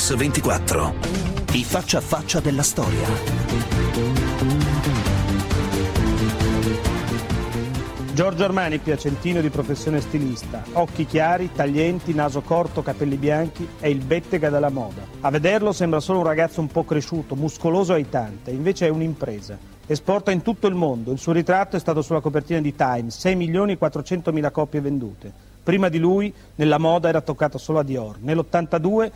Mix24. I faccia a faccia della storia. Giorgio Armani, piacentino di professione stilista, occhi chiari, taglienti, naso corto, capelli bianchi, è il Bettega della moda. A vederlo sembra solo un ragazzo un po' cresciuto, muscoloso e aitante, invece è un'impresa. Esporta in tutto il mondo, il suo ritratto è stato sulla copertina di Time, 6.400.000 copie vendute. Prima di lui, nella moda era toccato solo a Dior. Nell'82,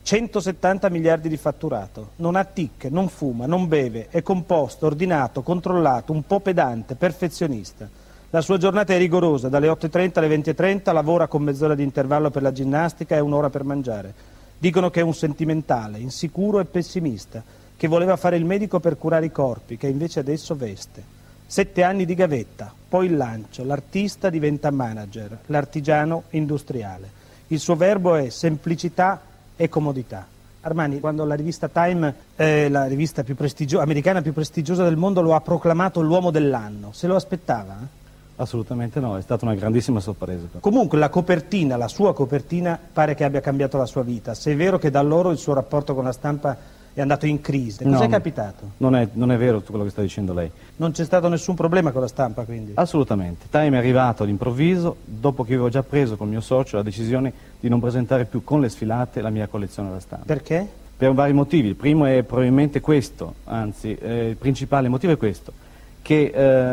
170 miliardi di fatturato. Non ha tic, non fuma, non beve, è composto, ordinato, controllato, un po' pedante, perfezionista. La sua giornata è rigorosa, dalle 8.30 alle 20.30, lavora con mezz'ora di intervallo per la ginnastica e un'ora per mangiare. Dicono che è un sentimentale, insicuro e pessimista, che voleva fare il medico per curare i corpi, che invece adesso veste. 7 anni di gavetta, poi il lancio, l'artista diventa manager, l'artigiano industriale. Il suo verbo è semplicità e comodità. Armani, quando la rivista Time, la rivista americana più prestigiosa del mondo, lo ha proclamato l'uomo dell'anno, se lo aspettava? Assolutamente no, è stata una grandissima sorpresa. Comunque la copertina, la sua copertina, pare che abbia cambiato la sua vita. Se è vero che da allora il suo rapporto con la stampa è andato in crisi, cos'è capitato? Non è vero tutto quello che sta dicendo lei. Non c'è stato nessun problema con la stampa, quindi? Assolutamente. Time è arrivato all'improvviso, dopo che avevo già preso col mio socio la decisione di non presentare più con le sfilate la mia collezione della stampa. Perché? Per vari motivi. Il primo è probabilmente questo, anzi il principale motivo è questo, che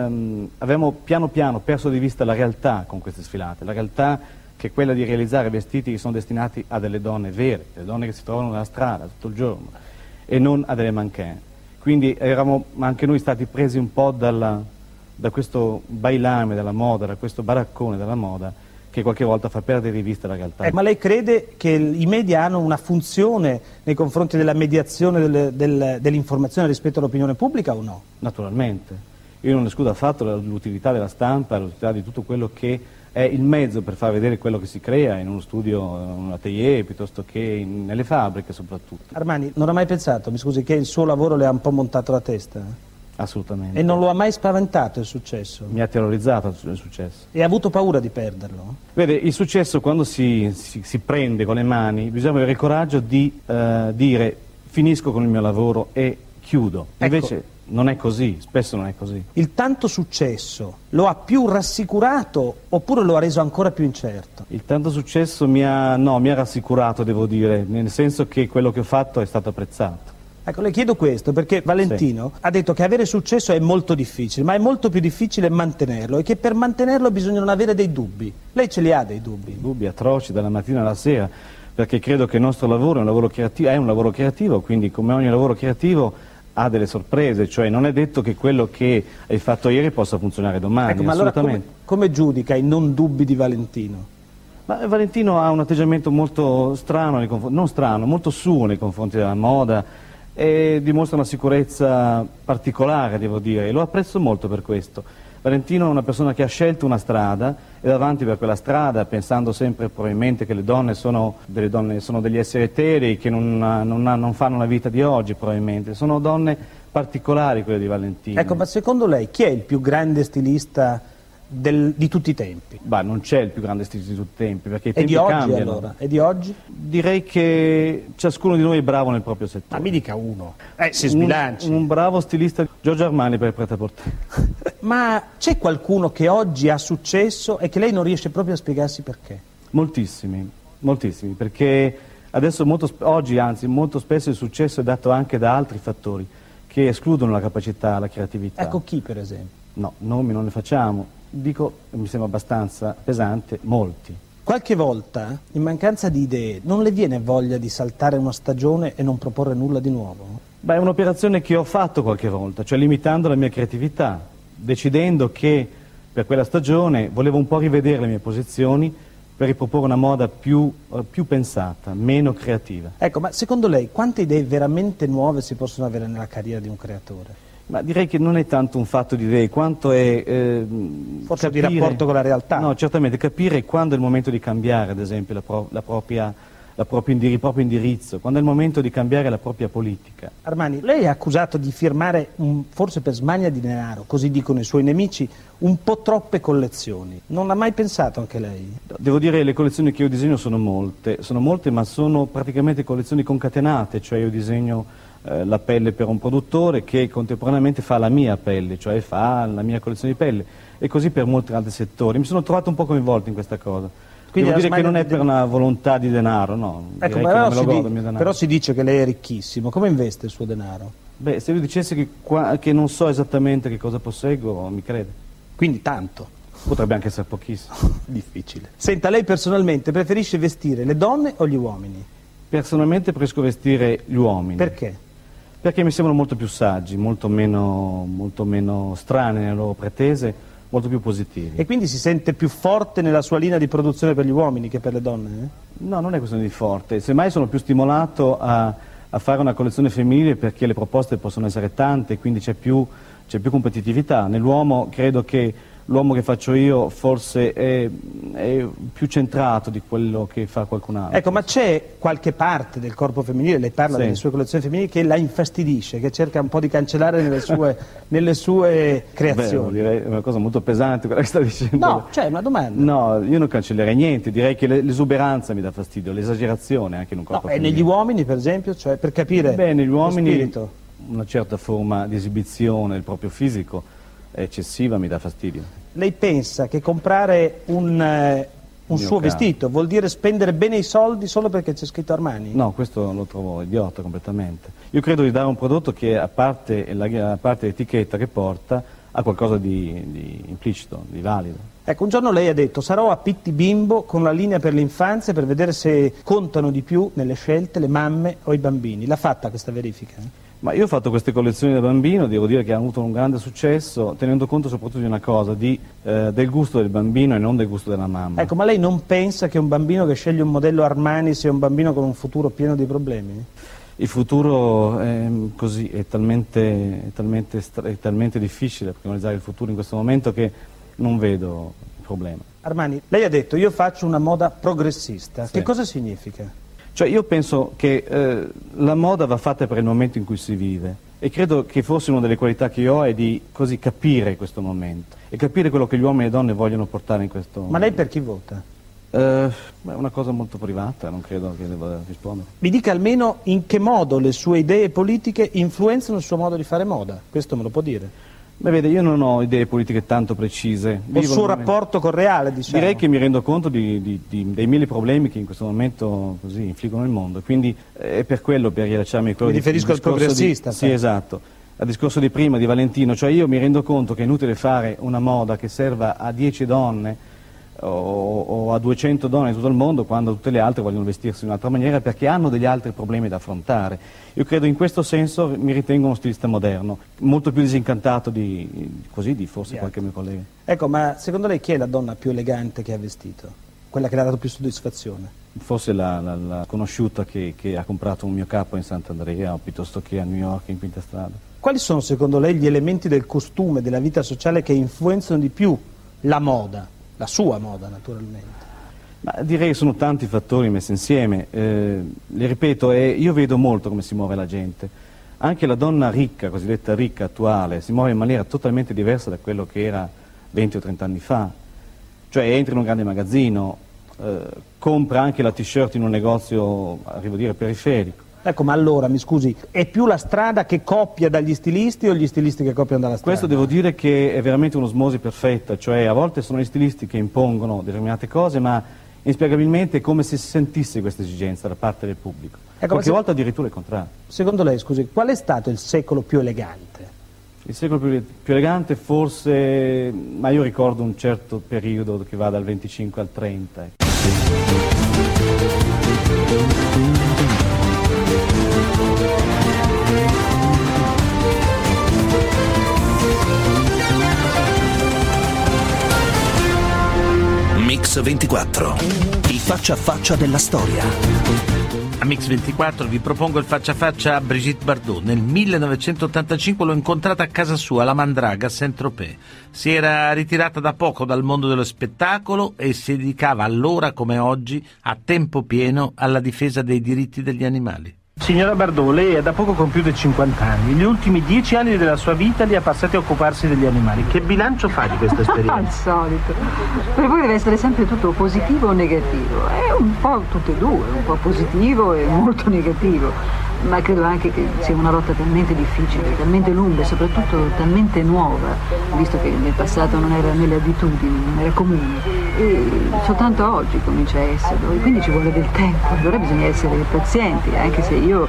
avevamo piano piano perso di vista la realtà con queste sfilate, la realtà che è quella di realizzare vestiti che sono destinati a delle donne vere, delle donne che si trovano nella strada tutto il giorno, e non a delle mannequin. Quindi eravamo anche noi stati presi un po' da questo bailame della moda, da questo baraccone della moda, che qualche volta fa perdere di vista la realtà. Ma lei crede che i media hanno una funzione nei confronti della mediazione dell'informazione rispetto all'opinione pubblica o no? Naturalmente. Io non escludo affatto l'utilità della stampa, l'utilità di tutto quello che è il mezzo per far vedere quello che si crea in uno studio, un atelier, piuttosto che nelle fabbriche soprattutto. Armani, non ha mai pensato, mi scusi, che il suo lavoro le ha un po' montato la testa? Assolutamente. E non lo ha mai spaventato il successo? Mi ha terrorizzato il successo. E ha avuto paura di perderlo? Vede, il successo quando si prende con le mani, bisogna avere il coraggio di dire finisco con il mio lavoro e chiudo. Invece ecco, non è così, spesso non è così. Il tanto successo lo ha più rassicurato oppure lo ha reso ancora più incerto? Il tanto successo mi ha rassicurato, devo dire, nel senso che quello che ho fatto è stato apprezzato. Ecco, le chiedo questo perché Valentino ha detto che avere successo è molto difficile, ma è molto più difficile mantenerlo e che per mantenerlo bisogna non avere dei dubbi. Lei ce li ha dei dubbi? Dubbi atroci dalla mattina alla sera, perché credo che il nostro lavoro è un lavoro creativo, quindi come ogni lavoro creativo ha delle sorprese, cioè non è detto che quello che hai fatto ieri possa funzionare domani. Ecco, ma allora come giudica i non dubbi di Valentino? Ma Valentino ha un atteggiamento molto strano, molto suo nei confronti della moda e dimostra una sicurezza particolare, devo dire, e lo apprezzo molto per questo. Valentino è una persona che ha scelto una strada e va avanti per quella strada pensando sempre probabilmente che le donne sono degli esseri eterei che non fanno la vita di oggi probabilmente, sono donne particolari quelle di Valentino. Ecco, ma secondo lei chi è il più grande stilista di tutti i tempi? Beh, non c'è il più grande stilista di tutti i tempi perché i tempi cambiano. cambiano. Allora? E di oggi? Direi che ciascuno di noi è bravo nel proprio settore. Ma mi dica uno, si sbilanci. Un bravo stilista, Giorgio Armani per il prêt-à-porter. Ma c'è qualcuno che oggi ha successo e che lei non riesce proprio a spiegarsi perché? Moltissimi, perché adesso oggi molto spesso il successo è dato anche da altri fattori che escludono la capacità, la creatività. Ecco chi per esempio? No, nomi non ne facciamo, dico, mi sembra abbastanza pesante, molti. Qualche volta, in mancanza di idee, non le viene voglia di saltare una stagione e non proporre nulla di nuovo? Beh, è un'operazione che ho fatto qualche volta, cioè limitando la mia creatività, decidendo che per quella stagione volevo un po' rivedere le mie posizioni per riproporre una moda più pensata, meno creativa. Ecco, ma secondo lei quante idee veramente nuove si possono avere nella carriera di un creatore? Ma direi che non è tanto un fatto di idee, quanto è forse capire, di rapporto con la realtà. No, certamente, capire quando è il momento di cambiare, ad esempio, la propria il proprio indirizzo, quando è il momento di cambiare la propria politica. Armani, lei è accusato di firmare, forse per smania di denaro, così dicono i suoi nemici, un po' troppe collezioni. Non l'ha mai pensato anche lei? Devo dire che le collezioni che io disegno sono molte, ma sono praticamente collezioni concatenate, cioè io disegno la pelle per un produttore che contemporaneamente fa la mia pelle, cioè fa la mia collezione di pelle, e così per molti altri settori. Mi sono trovato un po' coinvolto in questa cosa. Quindi devo dire che non è per una volontà di denaro, no. Ecco, però si dice che lei è ricchissimo. Come investe il suo denaro? Beh, se io dicessi che non so esattamente che cosa posseggo, mi crede. Quindi tanto. Potrebbe anche essere pochissimo. Difficile. Senta, lei personalmente preferisce vestire le donne o gli uomini? Personalmente preferisco vestire gli uomini. Perché? Perché mi sembrano molto più saggi, molto meno strane nelle loro pretese, molto più positivi. E quindi si sente più forte nella sua linea di produzione per gli uomini che per le donne? No, non è questione di forte, semmai sono più stimolato a fare una collezione femminile perché le proposte possono essere tante, quindi c'è più competitività. Nell'uomo credo che l'uomo che faccio io forse è più centrato di quello che fa qualcun altro. Ecco, ma c'è qualche parte del corpo femminile, lei parla delle sue collezioni femminili, che la infastidisce, che cerca un po' di cancellare nelle sue creazioni? Beh, direi è una cosa molto pesante quella che sta dicendo. No, c'è una domanda. No, io non cancellerei niente, direi che l'esuberanza mi dà fastidio, l'esagerazione anche in un corpo femminile. E negli uomini, per esempio, cioè per capire negli uomini lo spirito? Una certa forma di esibizione del proprio fisico eccessiva mi dà fastidio. Lei pensa che comprare un suo vestito vuol dire spendere bene i soldi solo perché c'è scritto Armani? No, questo lo trovo idiota completamente. Io credo di dare un prodotto che a parte l'etichetta che porta ha qualcosa di implicito, di valido. Ecco, un giorno lei ha detto: sarò a Pitti Bimbo con la linea per l'infanzia per vedere se contano di più nelle scelte le mamme o i bambini. L'ha fatta questa verifica? Ma io ho fatto queste collezioni da bambino, devo dire che hanno avuto un grande successo, tenendo conto soprattutto di una cosa, del gusto del bambino e non del gusto della mamma. Ecco, ma lei non pensa che un bambino che sceglie un modello Armani sia un bambino con un futuro pieno di problemi? Il futuro è talmente difficile per analizzare il futuro in questo momento che non vedo il problema. Armani, lei ha detto: io faccio una moda progressista. Sì. Che cosa significa? Cioè io penso che la moda va fatta per il momento in cui si vive e credo che forse una delle qualità che io ho è di così capire questo momento e capire quello che gli uomini e le donne vogliono portare in questo momento. Ma lei per chi vota? È una cosa molto privata, non credo che debba rispondere. Mi dica almeno in che modo le sue idee politiche influenzano il suo modo di fare moda, questo me lo può dire? Beh, vede, io non ho idee politiche tanto precise. Il suo rapporto con reale, diciamo? Direi che mi rendo conto dei mille problemi che in questo momento così infliggono il mondo, quindi è per quello, per rilasciarmi quello. Mi riferisco al progressista. Sì, esatto. Al discorso di prima, di Valentino, cioè io mi rendo conto che è inutile fare una moda che serva a 10 donne o a 200 donne in tutto il mondo quando tutte le altre vogliono vestirsi in un'altra maniera perché hanno degli altri problemi da affrontare. Io credo in questo senso mi ritengo uno stilista moderno, molto più disincantato di forse qualche mio collega. Ecco, ma secondo lei chi è la donna più elegante che ha vestito? Quella che le ha dato più soddisfazione? Forse la conosciuta che ha comprato un mio capo in Sant'Andrea o piuttosto che a New York in Quinta Strada. Quali sono secondo lei gli elementi del costume, della vita sociale che influenzano di più la moda? La sua moda, naturalmente. Ma direi che sono tanti fattori messi insieme. Le ripeto, io vedo molto come si muove la gente. Anche la donna ricca, cosiddetta ricca attuale, si muove in maniera totalmente diversa da quello che era 20 o 30 anni fa. Cioè entra in un grande magazzino, compra anche la t-shirt in un negozio, arrivo a dire, periferico. Ecco, ma allora, mi scusi, è più la strada che copia dagli stilisti o gli stilisti che copiano dalla strada? Questo devo dire che è veramente un'osmosi perfetta, cioè a volte sono gli stilisti che impongono determinate cose, ma inspiegabilmente è come se si sentisse questa esigenza da parte del pubblico. Ecco, qualche volta addirittura il contrario. Secondo lei, scusi, qual è stato il secolo più elegante? Il secolo più elegante forse, ma io ricordo un certo periodo che va dal 25 al 30. Mix 24, il faccia a faccia della storia. A Mix24 vi propongo il faccia a faccia a Brigitte Bardot. Nel 1985 l'ho incontrata a casa sua, alla Mandraga, a Saint-Tropez. Si era ritirata da poco dal mondo dello spettacolo e si dedicava allora, come oggi, a tempo pieno alla difesa dei diritti degli animali. Signora Bardot, lei ha da poco compiuto 50 anni. Gli ultimi 10 anni della sua vita li ha passati a occuparsi degli animali. Che bilancio fa di questa esperienza? Al solito. Per voi deve essere sempre tutto positivo o negativo. È un po' tutte e due, un po' positivo e molto negativo. Ma credo anche che sia una lotta talmente difficile, talmente lunga e soprattutto talmente nuova, visto che nel passato non era nelle abitudini, non era comune. E soltanto oggi comincia a esserlo, e quindi ci vuole del tempo. Allora bisogna essere pazienti, anche se io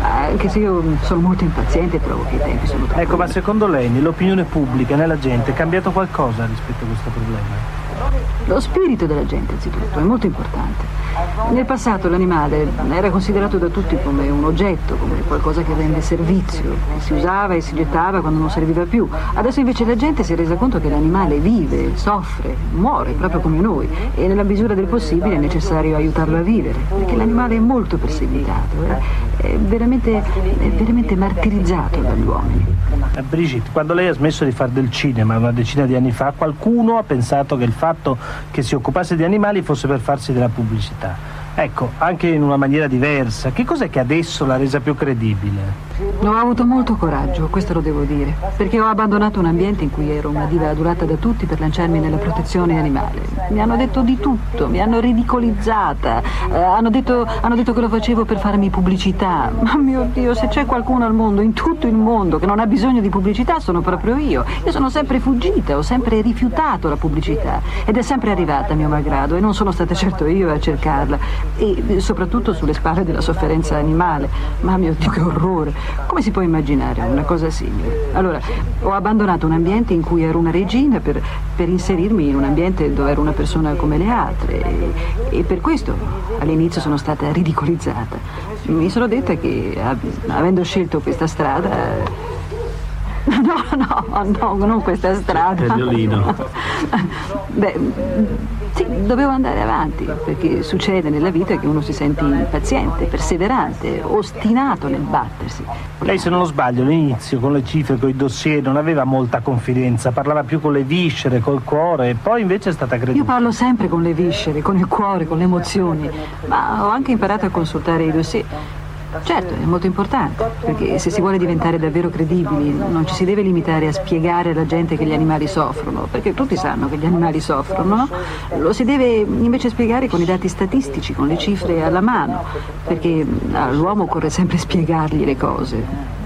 sono molto impaziente e trovo che i tempi sono troppo Ecco, ma lunghi. secondo lei nell'opinione pubblica, nella gente, è cambiato qualcosa rispetto a questo problema? Lo spirito della gente, anzitutto, è molto importante. Nel passato l'animale era considerato da tutti come un oggetto, come qualcosa che rende servizio, che si usava e si gettava quando non serviva più. Adesso invece la gente si è resa conto che l'animale vive, soffre, muore, proprio come noi, e nella misura del possibile è necessario aiutarlo a vivere, perché l'animale è molto perseguitato, è veramente martirizzato dagli uomini. Brigitte, quando lei ha smesso di fare del cinema una decina di anni fa, qualcuno ha pensato che il fatto che si occupasse di animali fosse per farsi della pubblicità. Ecco, anche in una maniera diversa. Che cos'è che adesso l'ha resa più credibile? Ho avuto molto coraggio, questo lo devo dire, perché ho abbandonato un ambiente in cui ero una diva adulata da tutti per lanciarmi nella protezione animale. Mi hanno detto di tutto, mi hanno ridicolizzata, hanno detto che lo facevo per farmi pubblicità. Ma mio Dio, se c'è qualcuno al mondo, in tutto il mondo, che non ha bisogno di pubblicità, sono proprio io. Io sono sempre fuggita, ho sempre rifiutato la pubblicità ed è sempre arrivata a mio malgrado e non sono stata certo io a cercarla. E soprattutto sulle spalle della sofferenza animale. Ma mio Dio, che orrore! Come si può immaginare una cosa simile? Allora, ho abbandonato un ambiente in cui ero una regina per inserirmi in un ambiente dove ero una persona come le altre e per questo all'inizio sono stata ridicolizzata. Mi sono detta che avendo scelto questa strada... No, non questa strada. Cagnolino. Beh, sì, dovevo andare avanti, perché succede nella vita che uno si sente impaziente, perseverante, ostinato nel battersi. Lei, se non lo sbaglio, all'inizio con le cifre, con i dossier, non aveva molta confidenza, parlava più con le viscere, col cuore, e poi invece è stata creduta. Io parlo sempre con le viscere, con il cuore, con le emozioni, ma ho anche imparato a consultare i dossier. Certo, è molto importante, perché se si vuole diventare davvero credibili non ci si deve limitare a spiegare alla gente che gli animali soffrono, perché tutti sanno che gli animali soffrono, no? Lo si deve invece spiegare con i dati statistici, con le cifre alla mano, perché all'uomo occorre sempre spiegargli le cose,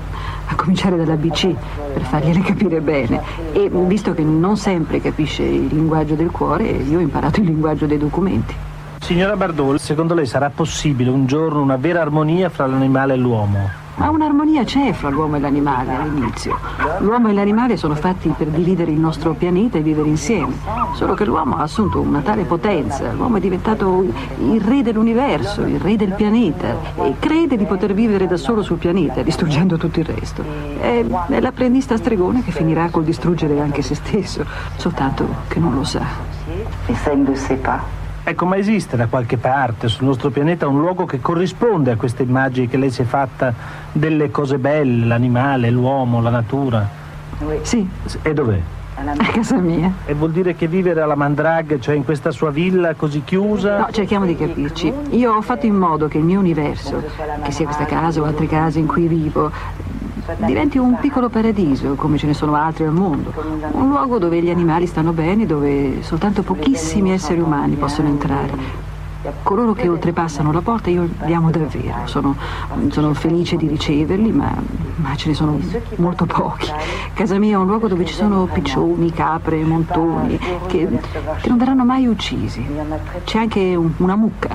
a cominciare dall'ABC per fargliele capire bene. E visto che non sempre capisce il linguaggio del cuore, io ho imparato il linguaggio dei documenti. Signora Bardot, secondo lei sarà possibile un giorno una vera armonia fra l'animale e l'uomo? Ma un'armonia c'è fra l'uomo e l'animale all'inizio. L'uomo e l'animale sono fatti per dividere il nostro pianeta e vivere insieme. Solo che l'uomo ha assunto una tale potenza, l'uomo è diventato il re dell'universo, il re del pianeta e crede di poter vivere da solo sul pianeta, distruggendo tutto il resto. È l'apprendista stregone che finirà col distruggere anche se stesso, soltanto che non lo sa. Et ça, il ne le sait pas. Ecco, ma esiste da qualche parte sul nostro pianeta un luogo che corrisponde a queste immagini che lei si è fatta delle cose belle, l'animale, l'uomo, la natura? Sì, E dov'è? a casa mia. E vuol dire che vivere alla Mandrag, cioè in questa sua villa così chiusa? No, cerchiamo di capirci. Io ho fatto in modo che il mio universo, che sia questa casa o altre case in cui vivo, diventi un piccolo paradiso, come ce ne sono altri al mondo. Un luogo dove gli animali stanno bene, dove soltanto pochissimi esseri umani possono entrare. Coloro che oltrepassano la porta io li amo davvero, sono felice di riceverli, ma ce ne sono molto pochi. Casa mia è un luogo dove ci sono piccioni, capre, montoni, che non verranno mai uccisi. C'è anche una mucca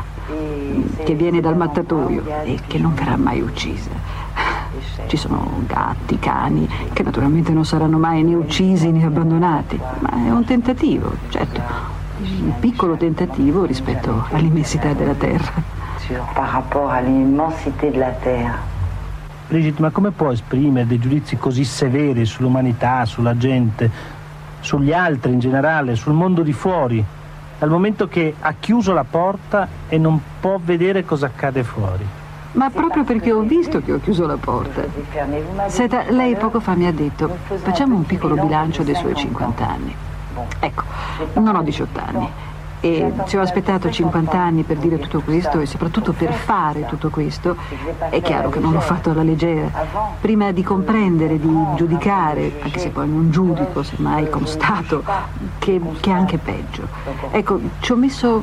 che viene dal mattatoio e che non verrà mai uccisa. Ci sono gatti, cani, che naturalmente non saranno mai né uccisi né abbandonati, ma è un tentativo, certo, un piccolo tentativo rispetto all'immensità della terra. Par rapport à l'immensité de la terre. Brigitte, ma come può esprimere dei giudizi così severi sull'umanità, sulla gente, sugli altri in generale, sul mondo di fuori, dal momento che ha chiuso la porta e non può vedere cosa accade fuori? ma proprio perché ho visto che ho chiuso la porta. Senta, lei poco fa mi ha detto, facciamo un piccolo bilancio dei suoi 50 anni. Ecco, non ho 18 anni. E ci ho aspettato 50 anni per dire tutto questo e soprattutto per fare tutto questo. È chiaro che non l'ho fatto alla leggera. Prima di comprendere, di giudicare, anche se poi non giudico, semmai constato, che è anche peggio. Ecco, ci ho messo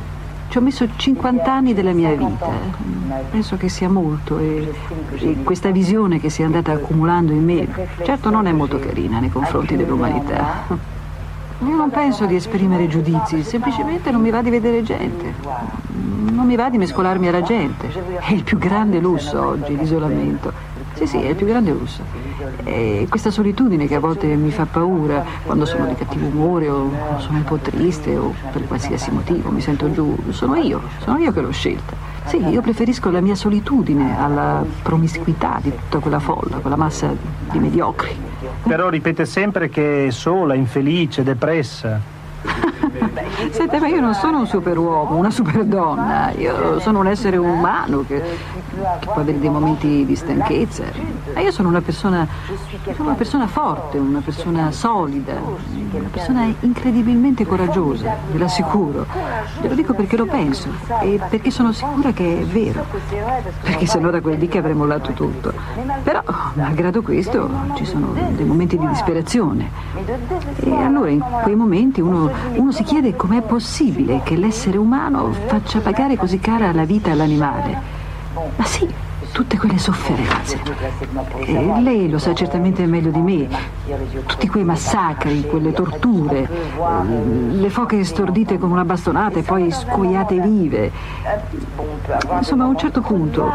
50 anni della mia vita. Penso che sia molto e questa visione che si è andata accumulando in me, certo non è molto carina nei confronti dell'umanità. Io non penso di esprimere giudizi, semplicemente non mi va di vedere gente, non mi va di mescolarmi alla gente. È il più grande lusso oggi, l'isolamento. Sì, è il più grande lusso. E questa solitudine che a volte mi fa paura quando sono di cattivo umore o sono un po' triste o per qualsiasi motivo mi sento giù, sono io che l'ho scelta. Sì, io preferisco la mia solitudine alla promiscuità di tutta quella folla, quella massa di mediocri. Però ripete sempre che è sola, infelice, depressa. Senta, ma io non sono un superuomo, una superdonna, io sono un essere umano che può avere dei momenti di stanchezza, ma io sono una persona forte, una persona solida, una persona incredibilmente coraggiosa, ve l'assicuro. Ve lo dico perché lo penso e perché sono sicura che è vero, perché sennò da quel dì che avrei mollato tutto. Però, malgrado questo, ci sono dei momenti di disperazione e allora in quei momenti uno si chiede com'è possibile che l'essere umano faccia pagare così cara la vita all'animale. Ma sì, tutte quelle sofferenze. E lei lo sa certamente meglio di me. Tutti quei massacri, quelle torture, le foche stordite con una bastonata e poi scuoiate vive. Insomma, a un certo punto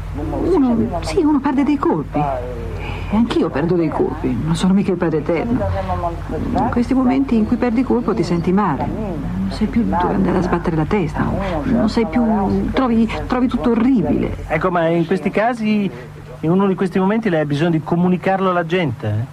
uno perde dei colpi. E anch'io perdo dei colpi, non sono mica il Padre Eterno. In questi momenti in cui perdi colpo ti senti male, non sai più dove andare a sbattere la testa, non sai più, trovi tutto orribile. Ecco, ma in questi casi, in uno di questi momenti lei ha bisogno di comunicarlo alla gente?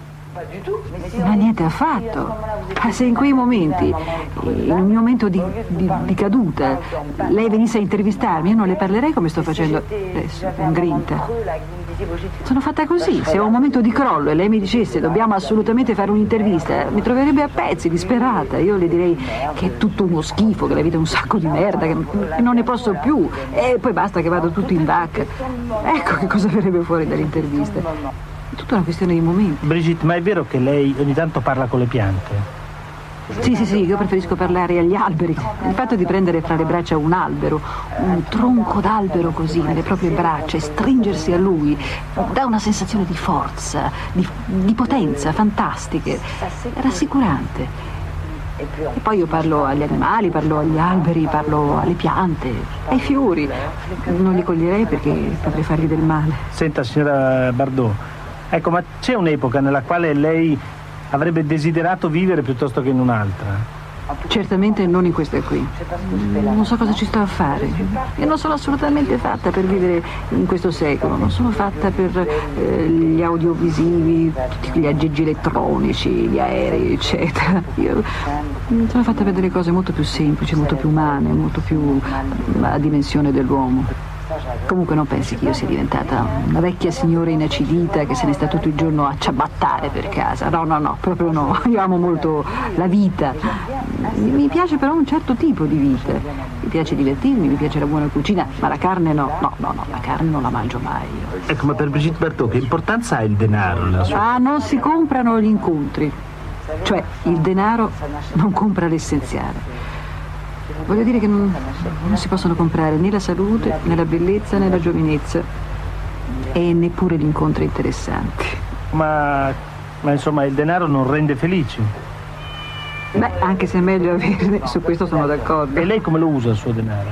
Ma niente affatto. Se in quei momenti, in un momento di caduta, lei venisse a intervistarmi, io non le parlerei come sto facendo adesso, con grinta. Sono fatta così, se ho un momento di crollo e lei mi dicesse dobbiamo assolutamente fare un'intervista, mi troverebbe a pezzi, disperata. Io le direi che è tutto uno schifo, che la vita è un sacco di merda, che non ne posso più e poi basta che vado tutto in vacca. Ecco che cosa verrebbe fuori dall'intervista. È tutta una questione di momenti. Brigitte, ma è vero che lei ogni tanto parla con le piante? Sì, io preferisco parlare agli alberi. Il fatto di prendere fra le braccia un albero, un tronco d'albero così nelle proprie braccia e stringersi a lui dà una sensazione di forza, di potenza fantastiche, rassicurante. E poi io parlo agli animali, parlo agli alberi, parlo alle piante, ai fiori. Non li coglierei perché potrei fargli del male. Senta, signora Bardot, ecco, ma c'è un'epoca nella quale lei avrebbe desiderato vivere piuttosto che in un'altra? Certamente non in questa qui. Non so cosa ci sto a fare. Io non sono assolutamente fatta per vivere in questo secolo, non sono fatta per gli audiovisivi, tutti gli aggeggi elettronici, gli aerei, eccetera. Io sono fatta per delle cose molto più semplici, molto più umane, molto più a dimensione dell'uomo. Comunque non pensi che io sia diventata una vecchia signora inacidita che se ne sta tutto il giorno a ciabattare per casa. No, proprio no. Io amo molto la vita. Mi piace però un certo tipo di vita. Mi piace divertirmi, mi piace la buona cucina, ma la carne no, la carne non la mangio mai io. Ecco, ma per Brigitte Bardot che importanza ha il denaro nella sua? Ah, non si comprano gli incontri. Cioè, il denaro non compra l'essenziale. Voglio dire che non si possono comprare né la salute, né la bellezza, né la giovinezza e neppure gli incontri interessanti. Ma insomma il denaro non rende felici? Beh, anche se è meglio averne, su questo sono d'accordo. E lei come lo usa il suo denaro?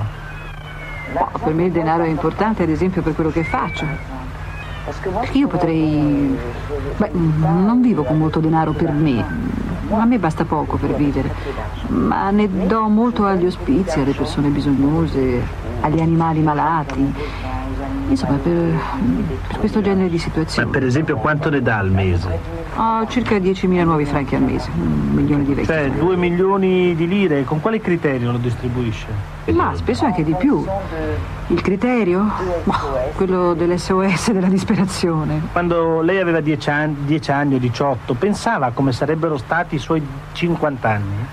Per me il denaro è importante, ad esempio, per quello che faccio. Perché io potrei... non vivo con molto denaro per me. A me basta poco per vivere, ma ne do molto agli ospizi, alle persone bisognose, agli animali malati. Insomma, per questo genere di situazioni. Per esempio, quanto ne dà al mese? Circa 10.000 nuovi franchi al mese, 1 milione di vecchi. Cioè 2 milioni di lire, con quale criterio lo distribuisce? Ma spesso anche di più. Il criterio? Quello dell'SOS, della disperazione. Quando lei aveva 10 anni o 18, pensava come sarebbero stati i suoi 50 anni?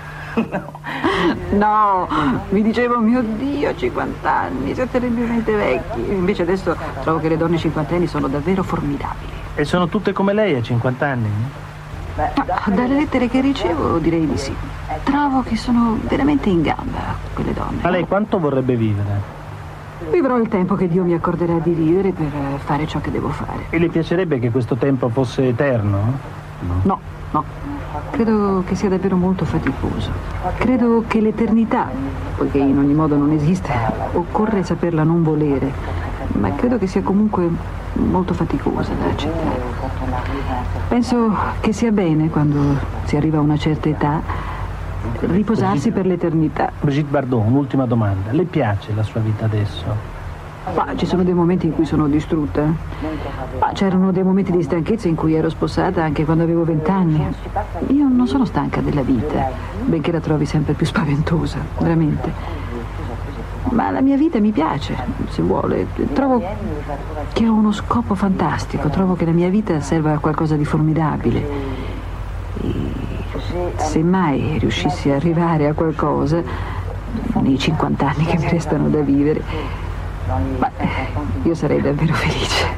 No, mi dicevo, mio Dio, 50 anni, siete terribilmente vecchi. Invece adesso trovo che le donne cinquantenni sono davvero formidabili. E sono tutte come lei a 50 anni? Dalle lettere che ricevo direi di sì. Trovo che sono veramente in gamba quelle donne. Ma lei quanto vorrebbe vivere? Vivrò il tempo che Dio mi accorderà di vivere per fare ciò che devo fare. E le piacerebbe che questo tempo fosse eterno? No. Credo che sia davvero molto faticoso. Credo che l'eternità, poiché in ogni modo non esiste, occorre saperla non volere, ma credo che sia comunque molto faticosa da accettare. Penso che sia bene, quando si arriva a una certa età, riposarsi per l'eternità. Brigitte Bardot, un'ultima domanda. Le piace la sua vita adesso? Ci sono dei momenti in cui sono distrutta. C'erano dei momenti di stanchezza in cui ero spossata anche quando avevo 20 anni. Io non sono stanca della vita, benché la trovi sempre più spaventosa, veramente. Ma la mia vita mi piace, se vuole. Trovo che ho uno scopo fantastico, trovo che la mia vita serva a qualcosa di formidabile. E se mai riuscissi a arrivare a qualcosa, nei 50 anni che mi restano da vivere, io sarei davvero felice.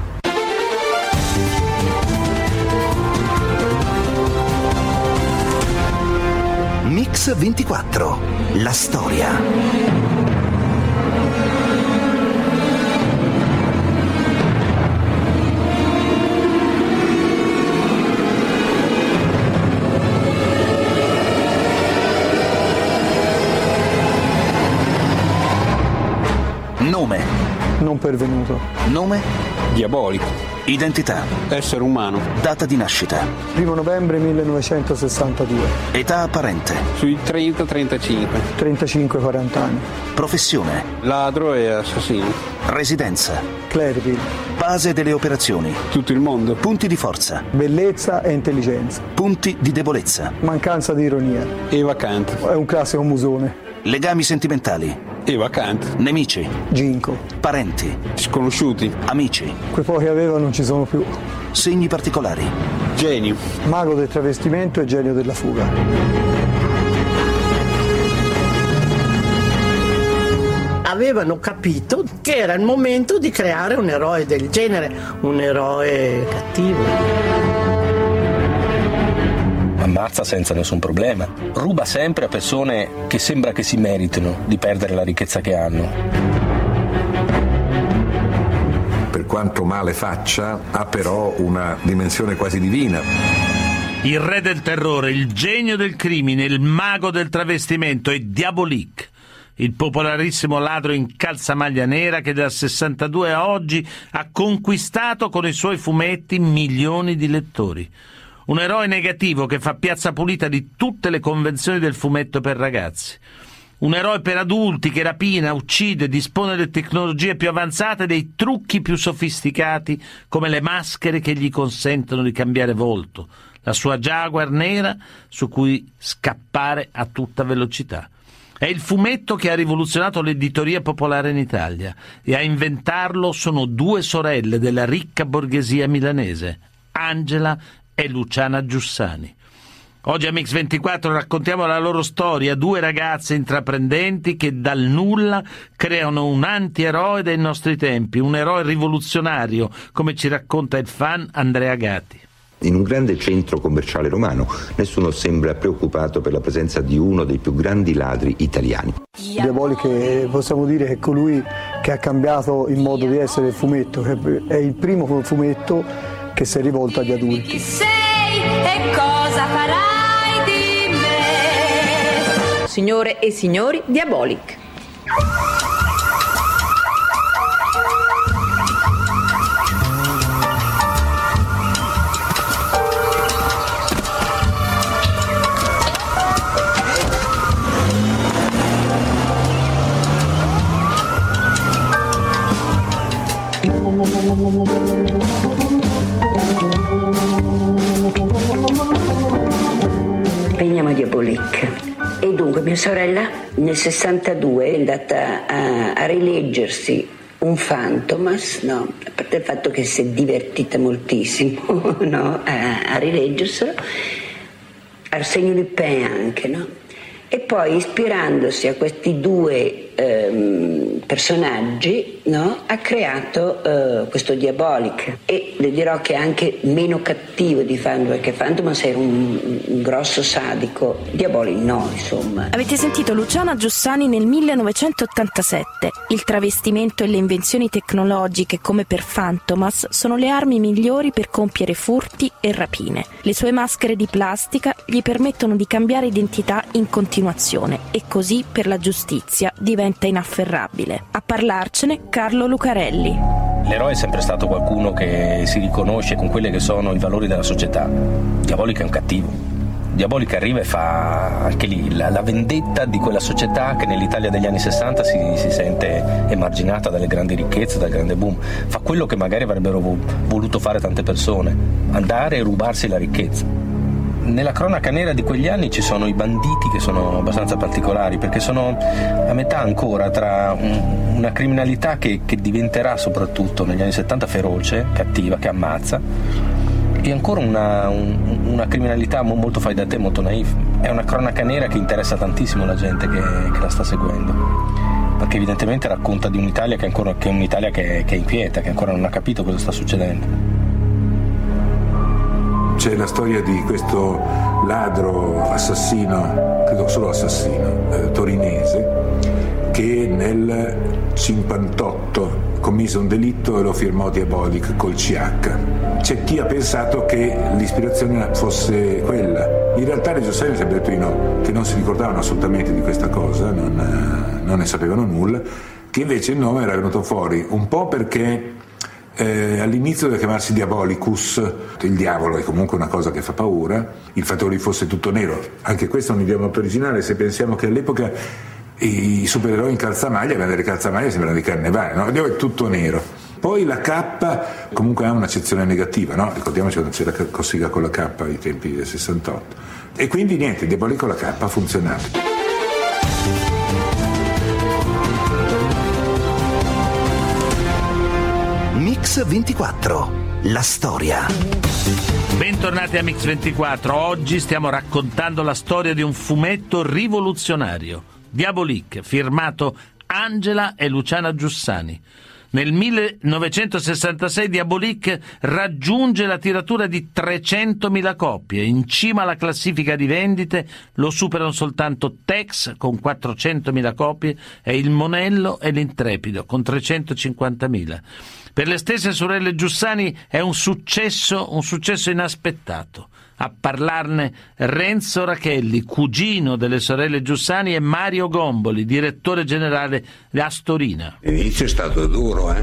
Mix 24, la storia. Nome. Non pervenuto. Nome. Diabolico. Identità. Essere umano. Data di nascita. 1 novembre 1962. Età apparente. Sui 30-35. 35-40 anni. Professione. Ladro e assassino. Residenza. Clairville. Base delle operazioni. Tutto il mondo. Punti di forza. Bellezza e intelligenza. Punti di debolezza. Mancanza di ironia. E vacante. È un classico musone. Legami sentimentali. E vacante. Nemici. Ginco. Parenti. Sconosciuti. Amici. Quei pochi aveva non ci sono più. Segni particolari. Genio. Mago del travestimento e genio della fuga. Avevano capito che era il momento di creare un eroe del genere, un eroe cattivo. Ammazza senza nessun problema. Ruba sempre a persone che sembra che si meritino di perdere la ricchezza che hanno. Per quanto male faccia, ha però una dimensione quasi divina. Il re del terrore, il genio del crimine, il mago del travestimento è Diabolique, il popolarissimo ladro in calzamaglia nera che dal 62 a oggi ha conquistato con i suoi fumetti milioni di lettori. Un eroe negativo che fa piazza pulita di tutte le convenzioni del fumetto per ragazzi. Un eroe per adulti che rapina, uccide, dispone delle tecnologie più avanzate e dei trucchi più sofisticati, come le maschere che gli consentono di cambiare volto, la sua Jaguar nera su cui scappare a tutta velocità. È il fumetto che ha rivoluzionato l'editoria popolare in Italia, e a inventarlo sono 2 sorelle della ricca borghesia milanese, Angela e Luciana Giussani. Oggi a Mix24 raccontiamo la loro storia, 2 ragazze intraprendenti che dal nulla creano un antieroe dei nostri tempi, un eroe rivoluzionario, come ci racconta il fan Andrea Gatti. In un grande centro commerciale romano nessuno sembra preoccupato per la presenza di uno dei più grandi ladri italiani. Diabolique, possiamo dire che è colui che ha cambiato il modo di essere il fumetto, che è il primo fumetto che si è rivolto agli adulti. Chi sei e cosa farai di me? Signore e signori, Diabolique. Veniamo Diabolique. E dunque mia sorella nel 62 è andata a rileggersi un Fantomas, no? A parte il fatto che si è divertita moltissimo, no? A rileggerselo, Arsène Lupin anche, no? E poi ispirandosi a questi due personaggi, no? Ha creato questo Diabolique, e le dirò che è anche meno cattivo di Fantomas, perché Fantomas era un grosso sadico, Diabolique no, insomma. Avete sentito Luciana Giussani nel 1987. Il travestimento e le invenzioni tecnologiche come per Fantomas sono le armi migliori per compiere furti e rapine. Le sue maschere di plastica gli permettono di cambiare identità in continuazione, e così per la giustizia diventa inafferrabile. A parlarcene Carlo Lucarelli. L'eroe è sempre stato qualcuno che si riconosce con quelli che sono i valori della società. Diabolique è un cattivo. Diabolique arriva e fa anche lì la vendetta di quella società che nell'Italia degli anni 60 si sente emarginata dalle grandi ricchezze, dal grande boom. Fa quello che magari avrebbero voluto fare tante persone, andare e rubarsi la ricchezza. Nella cronaca nera di quegli anni ci sono i banditi che sono abbastanza particolari, perché sono a metà ancora tra una criminalità che diventerà soprattutto negli anni 70 feroce, cattiva, che ammazza, e ancora una criminalità molto fai da te, molto naif. È una cronaca nera che interessa tantissimo la gente che la sta seguendo, perché evidentemente racconta di un'Italia che è un'Italia che inquieta, che ancora non ha capito cosa sta succedendo. C'è la storia di questo ladro assassino, credo solo assassino, torinese, che nel 58 commise un delitto e lo firmò Diabolique col CH. C'è chi ha pensato che l'ispirazione fosse quella. In realtà le Giussani ci hanno detto di no, che non si ricordavano assolutamente di questa cosa, non ne sapevano nulla, che invece il nome era venuto fuori un po' perché all'inizio deve chiamarsi Diabolicus, il diavolo è comunque una cosa che fa paura, il fatto che fosse tutto nero, anche questo è un idea molto originale se pensiamo che all'epoca i supereroi in calzamaglia, avevano delle calzamaglie sembrano di carnevale, no? È tutto nero. Poi la K comunque ha un'accezione negativa, no? Ricordiamoci quando c'era Cossiga con la K ai tempi del 68, e quindi niente, Diabolique con la K ha funzionato. Mix 24, la storia. Bentornati a Mix 24. Oggi stiamo raccontando la storia di un fumetto rivoluzionario, Diabolique, firmato Angela e Luciana Giussani. Nel 1966 Diabolique raggiunge la tiratura di 300.000 copie. In cima alla classifica di vendite lo superano soltanto Tex con 400.000 copie e Il Monello e l'Intrepido con 350.000. Per le stesse sorelle Giussani è un successo inaspettato. A parlarne Renzo Rachelli, cugino delle sorelle Giussani, e Mario Gomboli, direttore generale di Astorina. L'inizio è stato duro,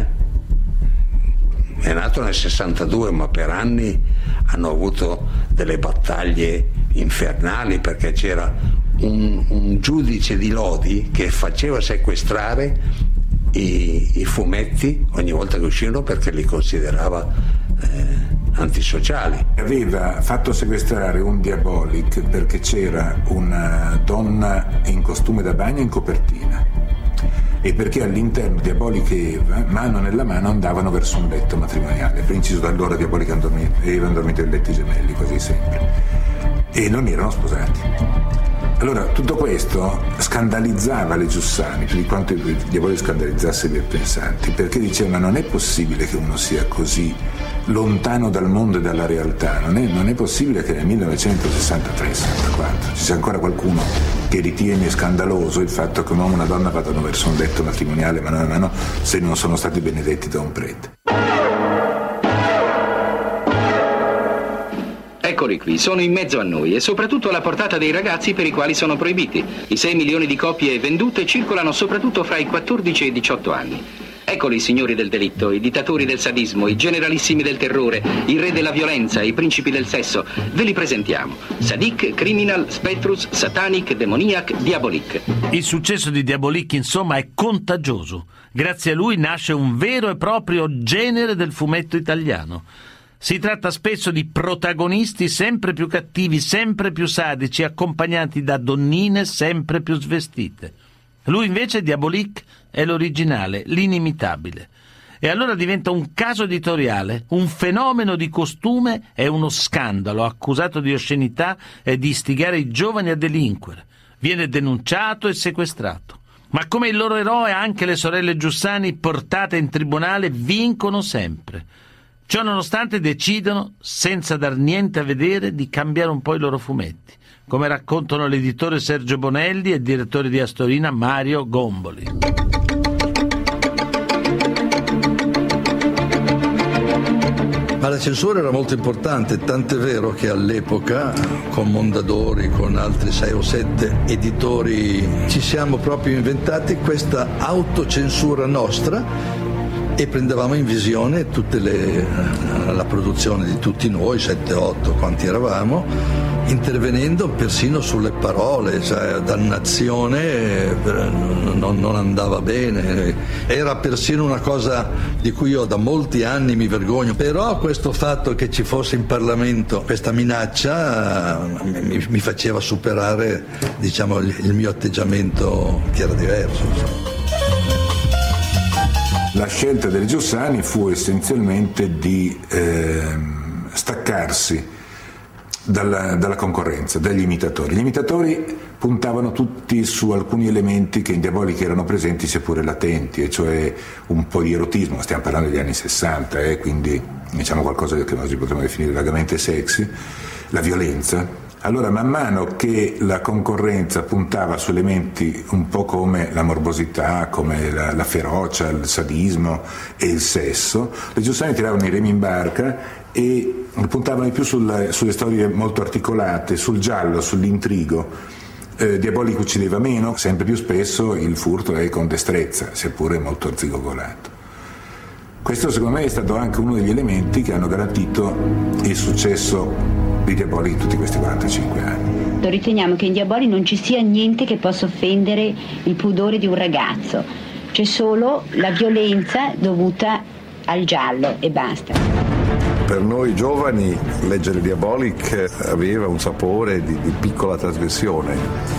È nato nel 62, ma per anni hanno avuto delle battaglie infernali, perché c'era un giudice di Lodi che faceva sequestrare i fumetti ogni volta che uscivano perché li considerava antisociali. Aveva fatto sequestrare un Diabolique perché c'era una donna in costume da bagno in copertina e perché all'interno Diabolique e Eva, mano nella mano, andavano verso un letto matrimoniale. Per inciso, da allora Diabolique e Eva hanno dormito in letti gemelli quasi sempre e non erano sposati. Allora tutto questo scandalizzava le Giussani più di quanto il Diabolique scandalizzasse i pensanti, perché dicevano: non è possibile che uno sia così lontano dal mondo e dalla realtà, non è possibile che nel 1963-64 ci sia ancora qualcuno che ritiene scandaloso il fatto che un uomo e una donna vadano verso un letto matrimoniale mano a mano se non sono stati benedetti da un prete. Eccoli qui, sono in mezzo a noi e soprattutto alla portata dei ragazzi per i quali sono proibiti. I 6 milioni di copie vendute circolano soprattutto fra i 14 e i 18 anni. Eccoli i signori del delitto, i dittatori del sadismo, i generalissimi del terrore, i re della violenza, i principi del sesso. Ve li presentiamo. Sadic, Criminal, Spectrus, Satanic, Demoniac, Diabolique. Il successo di Diabolique, insomma, è contagioso. Grazie a lui nasce un vero e proprio genere del fumetto italiano. Si tratta spesso di protagonisti sempre più cattivi, sempre più sadici, accompagnati da donnine sempre più svestite. Lui invece, Diabolique, è l'originale, l'inimitabile. E allora diventa un caso editoriale, un fenomeno di costume e uno scandalo, accusato di oscenità e di istigare i giovani a delinquere. Viene denunciato e sequestrato. Ma come il loro eroe, anche le sorelle Giussani, portate in tribunale, vincono sempre. Ciò nonostante decidono, senza dar niente a vedere, di cambiare un po' i loro fumetti, come raccontano l'editore Sergio Bonelli e il direttore di Astorina Mario Gomboli. Ma la censura era molto importante, tant'è vero che all'epoca, con Mondadori, con altri 6 o 7 editori, ci siamo proprio inventati questa autocensura nostra e prendevamo in visione la produzione di tutti noi, 7-8 quanti eravamo, intervenendo persino sulle parole, cioè dannazione non andava bene, era persino una cosa di cui io da molti anni mi vergogno, però questo fatto che ci fosse in Parlamento questa minaccia mi faceva superare, diciamo, il mio atteggiamento che era diverso, insomma. La scelta delle Giussani fu essenzialmente di staccarsi dalla concorrenza, dagli imitatori. Gli imitatori puntavano tutti su alcuni elementi che in Diabolique erano presenti seppure latenti, e cioè un po' di erotismo, stiamo parlando degli anni 60, quindi diciamo qualcosa che oggi potremmo definire vagamente sexy, la violenza. Allora, man mano che la concorrenza puntava su elementi un po' come la morbosità, come la ferocia, il sadismo e il sesso, le Giussani tiravano i remi in barca e puntavano di più sulle storie molto articolate, sul giallo, sull'intrigo. Diabolique uccideva meno, sempre più spesso il furto è con destrezza, seppure molto arzigogolato. Questo secondo me è stato anche uno degli elementi che hanno garantito il successo di Diabolique in tutti questi 45 anni. Riteniamo che in Diabolique non ci sia niente che possa offendere il pudore di un ragazzo, c'è solo la violenza dovuta al giallo e basta. Per noi giovani leggere Diabolique aveva un sapore di piccola trasgressione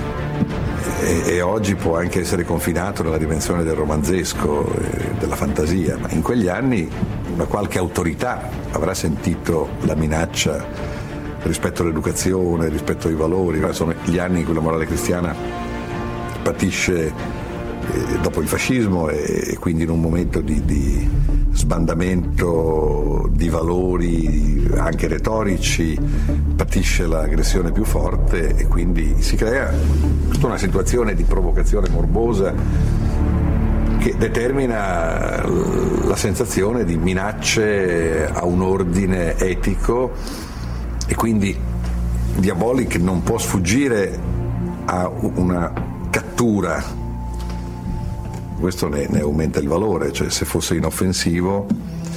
e oggi può anche essere confinato nella dimensione del romanzesco e della fantasia, ma in quegli anni una qualche autorità avrà sentito la minaccia rispetto all'educazione, rispetto ai valori. Sono gli anni in cui la morale cristiana patisce dopo il fascismo e quindi in un momento di sbandamento di valori anche retorici patisce l'aggressione più forte e quindi si crea tutta una situazione di provocazione morbosa che determina la sensazione di minacce a un ordine etico e quindi Diabolique non può sfuggire a una cattura. Questo ne aumenta il valore, cioè se fosse inoffensivo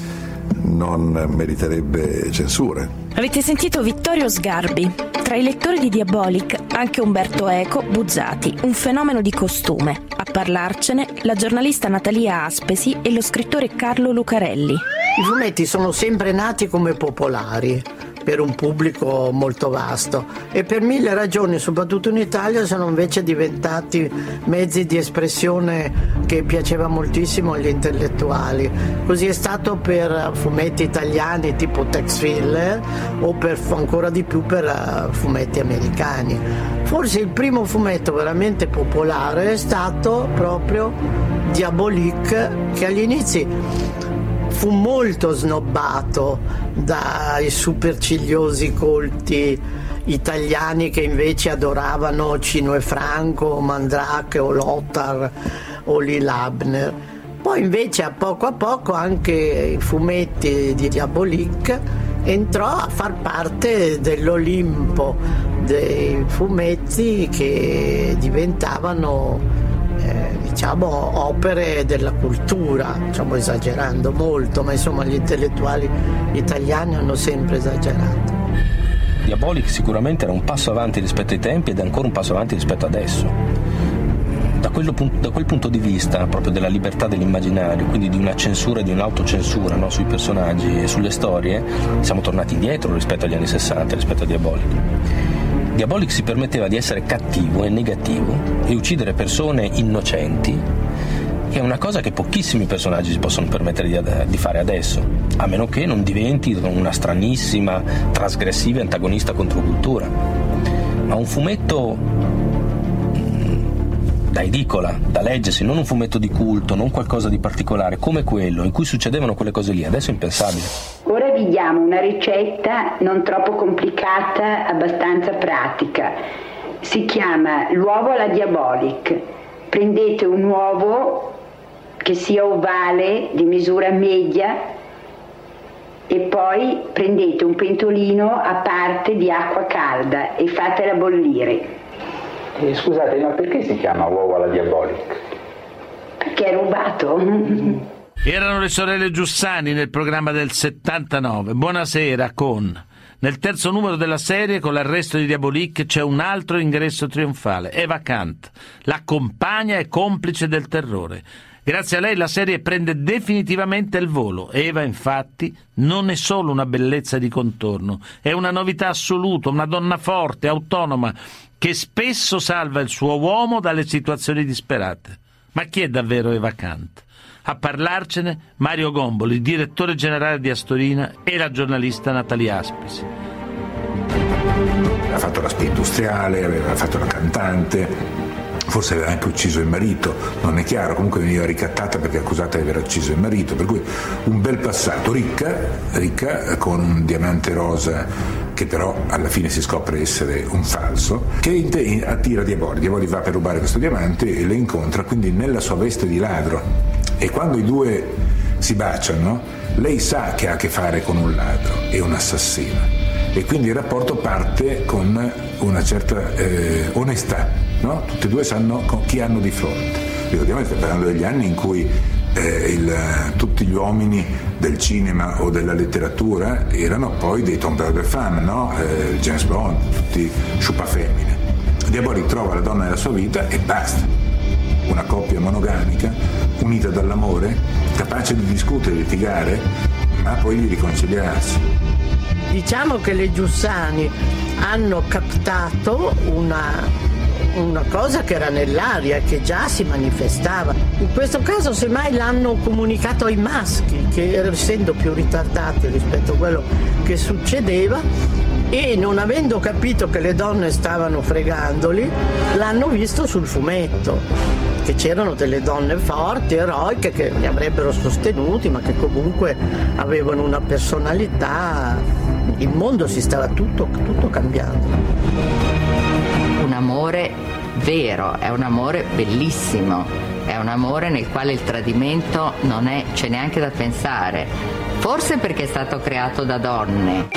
non meriterebbe censure. Avete sentito Vittorio Sgarbi. Tra i lettori di Diabolique anche Umberto Eco Buzzati, un fenomeno di costume. A parlarcene la giornalista Natalia Aspesi e lo scrittore Carlo Lucarelli. I fumetti sono sempre nati come popolari per un pubblico molto vasto e per mille ragioni, soprattutto in Italia, sono invece diventati mezzi di espressione che piaceva moltissimo agli intellettuali. Così è stato per fumetti italiani tipo Tex Willer o ancora di più per fumetti americani. Forse il primo fumetto veramente popolare è stato proprio Diabolique, che agli inizi fu molto snobbato dai supercigliosi colti italiani che invece adoravano Cino e Franco, Mandrake o Lothar o Lil Abner. Poi invece a poco anche i fumetti di Diabolique entrò a far parte dell'Olimpo dei fumetti che diventavano diciamo opere della cultura, diciamo esagerando molto, ma insomma gli intellettuali italiani hanno sempre esagerato. Diabolic sicuramente era un passo avanti rispetto ai tempi ed è ancora un passo avanti rispetto adesso. Da quel punto di vista, proprio della libertà dell'immaginario, quindi di una censura e di un'autocensura, no, sui personaggi e sulle storie, siamo tornati indietro rispetto agli anni 60, rispetto a Diabolic. Diabolic si permetteva di essere cattivo e negativo e uccidere persone innocenti, che è una cosa che pochissimi personaggi si possono permettere di fare adesso, a meno che non diventi una stranissima, trasgressiva antagonista contro cultura. Ma un fumetto da edicola, da leggersi, non un fumetto di culto, non qualcosa di particolare, come quello in cui succedevano quelle cose lì, adesso è impensabile. Ora vi diamo una ricetta non troppo complicata, abbastanza pratica. Si chiama l'uovo alla Diabolic. Prendete un uovo che sia ovale, di misura media, e poi prendete un pentolino a parte di acqua calda e fatela bollire. Scusate, ma perché si chiama uovo alla Diabolic? Perché è rubato. Erano le sorelle Giussani nel programma del 79. Buonasera con... Nel terzo numero della serie, con l'arresto di Diabolic, c'è un altro ingresso trionfale. Eva Kant, la compagna e complice del terrore. Grazie a lei la serie prende definitivamente il volo. Eva, infatti, non è solo una bellezza di contorno, è una novità assoluta, una donna forte, autonoma, che spesso salva il suo uomo dalle situazioni disperate. Ma chi è davvero Eva Kant? A parlarcene Mario Gomboli, direttore generale di Astorina, e la giornalista Natalia Aspisi. Ha fatto la spia industriale, aveva fatto la cantante, forse aveva anche ucciso il marito, non è chiaro, comunque veniva ricattata perché accusata di aver ucciso il marito, per cui un bel passato, ricca con un diamante rosa che però alla fine si scopre essere un falso, che attira Diabolic va per rubare questo diamante e le incontra quindi nella sua veste di ladro, e quando i due si baciano lei sa che ha a che fare con un ladro e un assassino, e quindi il rapporto parte con una certa onestà, no? Tutti e due sanno chi hanno di fronte. Ricordiamo che stiamo parlando degli anni in cui tutti gli uomini del cinema o della letteratura erano poi dei tombeurs de femme, no? James Bond, tutti sciupafemmine. Diabolic trova la donna della sua vita e basta. Una coppia monogamica, unita dall'amore, capace di discutere, litigare, ma poi di riconciliarsi. Diciamo che le Giussani hanno captato una cosa che era nell'aria, che già si manifestava. In questo caso semmai l'hanno comunicato ai maschi, che essendo più ritardati rispetto a quello che succedeva, e non avendo capito che le donne stavano fregandoli, l'hanno visto sul fumetto, che c'erano delle donne forti, eroiche, che li avrebbero sostenuti, ma che comunque avevano una personalità. Il mondo si stava tutto cambiando. Un amore vero, è un amore bellissimo, è un amore nel quale il tradimento non c'è neanche da pensare, forse perché è stato creato da donne.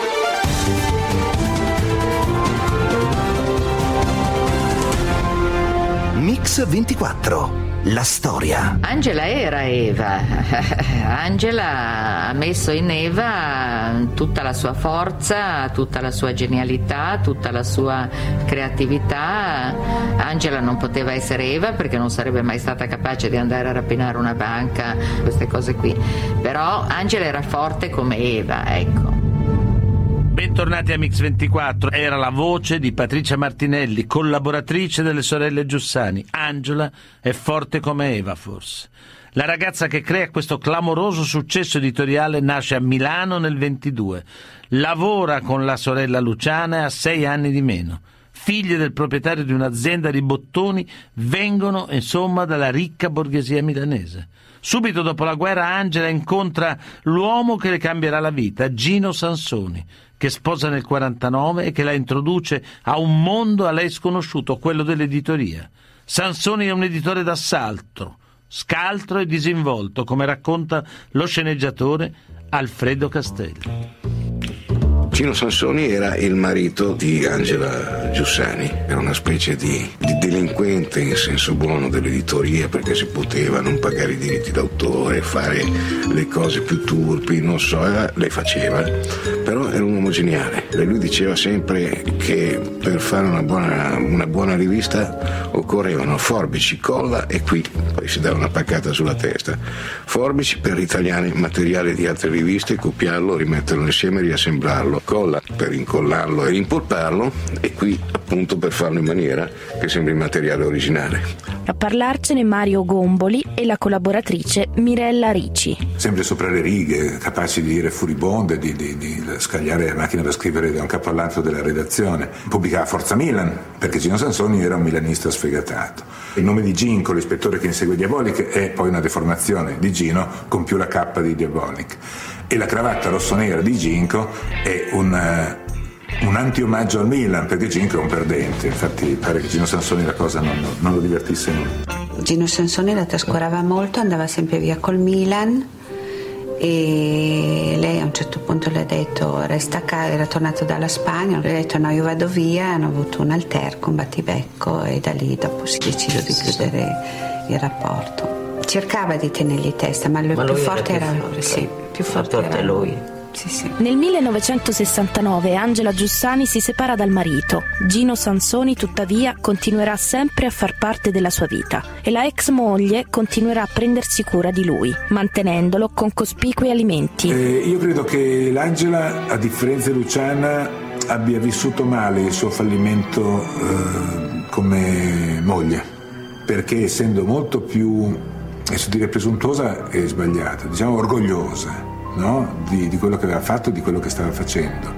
Mix 24. La storia. Angela era Eva. Angela ha messo in Eva tutta la sua forza, tutta la sua genialità, tutta la sua creatività. Angela non poteva essere Eva perché non sarebbe mai stata capace di andare a rapinare una banca, queste cose qui. Però Angela era forte come Eva, ecco. Bentornati a Mix24, era la voce di Patricia Martinelli, collaboratrice delle sorelle Giussani. Angela è forte come Eva, forse. La ragazza che crea questo clamoroso successo editoriale nasce a Milano nel 22. Lavora con la sorella Luciana e ha 6 anni di meno. Figlie del proprietario di un'azienda di bottoni, vengono insomma dalla ricca borghesia milanese. Subito dopo la guerra Angela incontra l'uomo che le cambierà la vita, Gino Sansoni, che sposa nel 49 e che la introduce a un mondo a lei sconosciuto, quello dell'editoria. Sansoni è un editore d'assalto, scaltro e disinvolto, come racconta lo sceneggiatore Alfredo Castelli. Gino Sansoni era il marito di Angela Giussani, era una specie di delinquente in senso buono dell'editoria, perché si poteva non pagare i diritti d'autore, fare le cose più turpi, non so, lei faceva, però era un uomo geniale. E lui diceva sempre che per fare una buona rivista occorrevano forbici, colla e qui, poi si dava una paccata sulla testa. Forbici per ritagliare materiale di altre riviste, copiarlo, rimetterlo insieme e riassemblarlo. Colla per incollarlo e rimpolparlo, e qui appunto per farlo in maniera che sembri materiale originale. A parlarcene Mario Gomboli e la collaboratrice Mirella Ricci. Sempre sopra le righe, capaci di dire furibonde, di scagliare la macchina per scrivere da un capo all'altro della redazione. Pubblicava Forza Milan, perché Gino Sansoni era un milanista sfegatato. Il nome di Ginko, l'ispettore che insegue Diabolic, è poi una deformazione di Gino con più la K di Diabolic. E la cravatta rossonera di Ginko è un anti-omaggio al Milan, perché Ginko è un perdente. Infatti pare che Gino Sansoni la cosa non lo divertisse molto. Gino Sansoni la trascurava molto, andava sempre via col Milan, e lei a un certo punto le ha detto resta a casa, era tornato dalla Spagna, le ha detto no, io vado via, hanno avuto un alterco, un battibecco, e da lì dopo si deciso di chiudere il rapporto. Cercava di tenergli testa, ma più forte era lui. Sì, più forte era lui. Sì. Nel 1969 Angela Giussani si separa dal marito. Gino Sansoni tuttavia continuerà sempre a far parte della sua vita e la ex moglie continuerà a prendersi cura di lui, mantenendolo con cospicui alimenti. Io credo che l'Angela, a differenza di Luciana, abbia vissuto male il suo fallimento come moglie, perché essendo molto più, adesso dire presuntuosa è sbagliata, diciamo orgogliosa, no? Di quello che aveva fatto, di quello che stava facendo.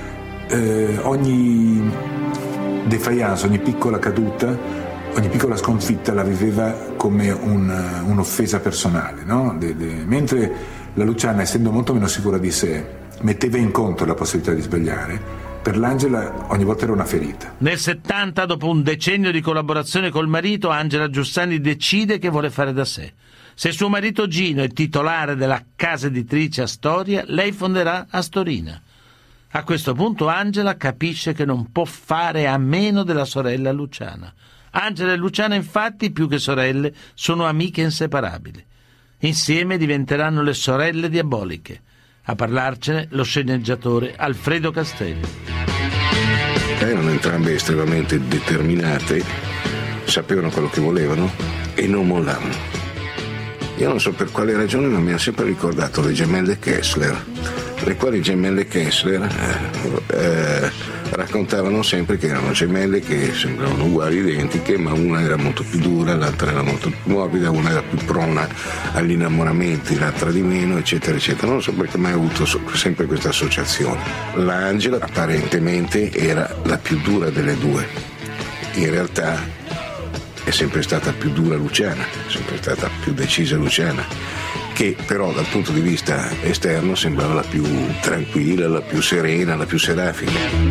Ogni defiance, ogni piccola caduta, ogni piccola sconfitta la viveva come un'offesa personale, no? Mentre la Luciana, essendo molto meno sicura di sé, metteva in conto la possibilità di sbagliare, per l'Angela ogni volta era una ferita. Nel 70, dopo un decennio di collaborazione col marito, Angela Giussani decide che vuole fare da sé. Se suo marito Gino è titolare della casa editrice Astoria, lei fonderà Astorina. A questo punto Angela capisce che non può fare a meno della sorella Luciana. Angela e Luciana, infatti, più che sorelle, sono amiche inseparabili. Insieme diventeranno le sorelle diaboliche. A parlarcene lo sceneggiatore Alfredo Castelli. Erano entrambe estremamente determinate, sapevano quello che volevano e non mollavano. Io non so per quale ragione, ma mi ha sempre ricordato le gemelle Kessler, le quali gemelle Kessler raccontavano sempre che erano gemelle che sembravano uguali, identiche, ma una era molto più dura, l'altra era molto più morbida, una era più prona agli innamoramenti, l'altra di meno, eccetera, eccetera. Non so perché mai ho avuto sempre questa associazione. L'Angela apparentemente era la più dura delle due, in realtà è sempre stata più dura Luciana, è sempre stata più decisa Luciana, che però dal punto di vista esterno sembrava la più tranquilla, la più serena, la più serafica.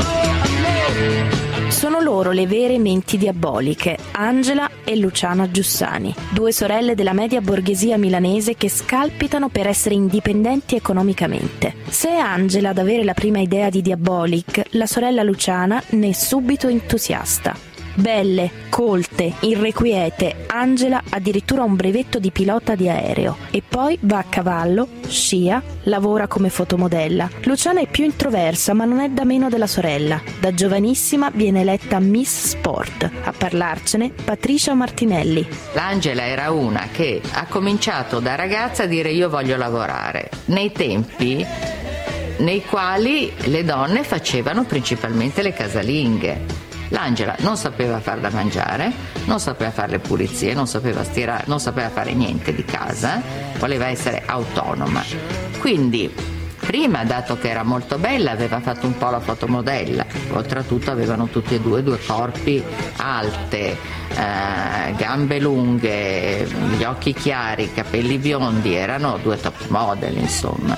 Sono loro le vere menti diaboliche, Angela e Luciana Giussani, due sorelle della media borghesia milanese che scalpitano per essere indipendenti economicamente. Se è Angela ad avere la prima idea di Diabolic, la sorella Luciana ne è subito entusiasta. Belle, colte, irrequiete, Angela addirittura ha un brevetto di pilota di aereo e poi va a cavallo, scia, lavora come fotomodella. Luciana è più introversa ma non è da meno della sorella. Da giovanissima viene eletta Miss Sport. A parlarcene Patricia Martinelli. L'Angela era una che ha cominciato da ragazza a dire io voglio lavorare, nei tempi nei quali le donne facevano principalmente le casalinghe. L'Angela non sapeva far da mangiare, non sapeva fare le pulizie, non sapeva stirare, non sapeva fare niente di casa, voleva essere autonoma. Quindi, prima, dato che era molto bella, aveva fatto un po' la fotomodella. Oltretutto avevano tutti e due corpi alte, gambe lunghe, gli occhi chiari, capelli biondi, erano due top model, insomma.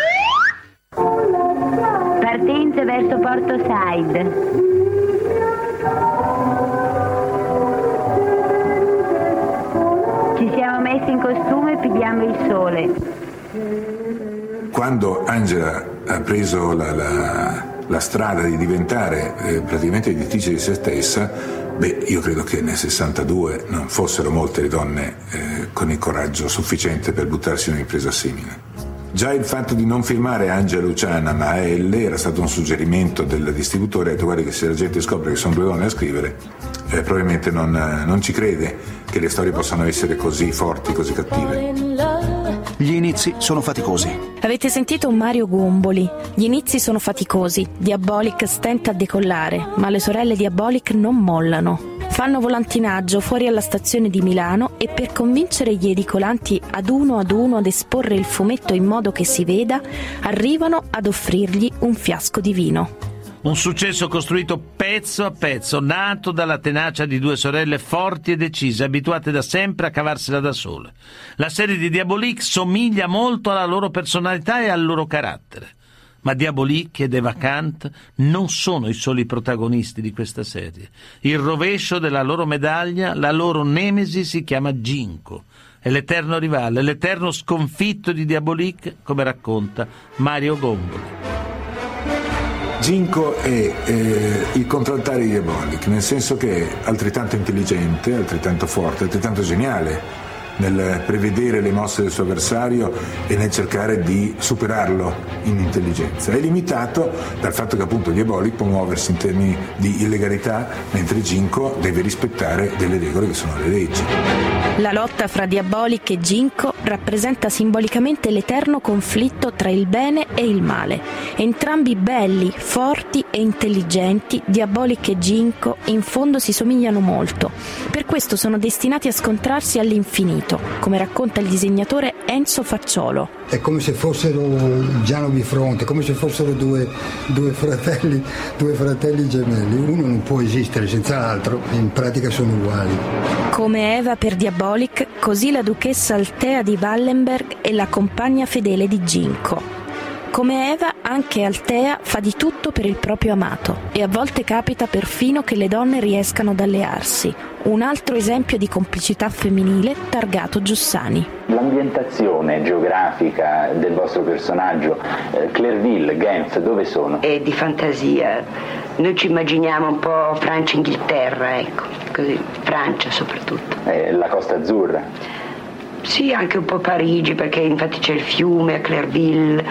Partenza verso Porto Said. Ci siamo messi in costume e pigliamo il sole. Quando Angela ha preso la la strada di diventare praticamente editrice di se stessa, io credo che nel 62 non fossero molte le donne con il coraggio sufficiente per buttarsi in un'impresa simile. Già il fatto di non firmare Angela Luciana ma AL era stato un suggerimento del distributore, ha detto: guardi che se la gente scopre che sono 2 donne a scrivere, probabilmente non ci crede che le storie possano essere così forti, così cattive. Gli inizi sono faticosi. Avete sentito Mario Gomboli. Gli inizi sono faticosi. Diabolic stenta a decollare, ma le sorelle Diabolic non mollano. Fanno volantinaggio fuori alla stazione di Milano e per convincere gli edicolanti ad uno ad esporre il fumetto in modo che si veda, arrivano ad offrirgli un fiasco di vino. Un successo costruito pezzo a pezzo, nato dalla tenacia di 2 sorelle forti e decise, abituate da sempre a cavarsela da sole. La serie di Diabolic somiglia molto alla loro personalità e al loro carattere. Ma Diabolic ed Eva Kant non sono i soli protagonisti di questa serie. Il rovescio della loro medaglia, la loro nemesi, si chiama Ginko. È l'eterno rivale, l'eterno sconfitto di Diabolic, come racconta Mario Gomboli. Ginko è il contraltare di Diabolic, nel senso che è altrettanto intelligente, altrettanto forte, altrettanto geniale nel prevedere le mosse del suo avversario e nel cercare di superarlo in intelligenza. È limitato dal fatto che appunto Diabolic può muoversi in termini di illegalità, mentre Ginko deve rispettare delle regole che sono le leggi. La lotta fra Diabolic e Ginko rappresenta simbolicamente l'eterno conflitto tra il bene e il male. Entrambi belli, forti e intelligenti, Diabolic e Ginko in fondo si somigliano molto. Per questo sono destinati a scontrarsi all'infinito, come racconta il disegnatore Enzo Facciolo. È come se fossero Giano Bifronte, come se fossero due fratelli gemelli. Uno non può esistere senza l'altro, in pratica sono uguali. Come Eva per Diabolic, così la duchessa Altea di Wallenberg è la compagna fedele di Ginko. Come Eva, anche Altea fa di tutto per il proprio amato e a volte capita perfino che le donne riescano ad allearsi. Un altro esempio di complicità femminile targato Giussani. L'ambientazione geografica del vostro personaggio, Clerville, Genf, dove sono? È di fantasia. Noi ci immaginiamo un po' Francia-Inghilterra, ecco, così, Francia soprattutto. La Costa Azzurra? Sì, anche un po' Parigi, perché infatti c'è il fiume a Clerville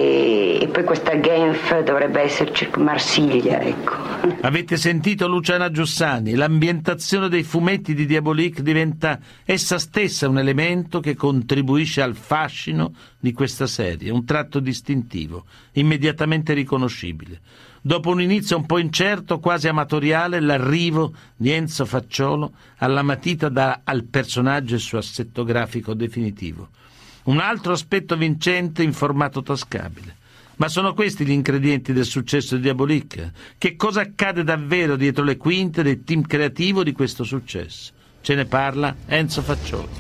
e poi questa Genf dovrebbe esserci Marsiglia, ecco. Avete sentito Luciana Giussani? L'ambientazione dei fumetti di Diabolic diventa essa stessa un elemento che contribuisce al fascino di questa serie, un tratto distintivo, immediatamente riconoscibile. Dopo un inizio un po' incerto, quasi amatoriale, l'arrivo di Enzo Facciolo alla matita dà al personaggio il suo assetto grafico definitivo. Un altro aspetto vincente in formato tascabile. Ma sono questi gli ingredienti del successo di Diabolic? Che cosa accade davvero dietro le quinte del team creativo di questo successo? Ce ne parla Enzo Facciolo.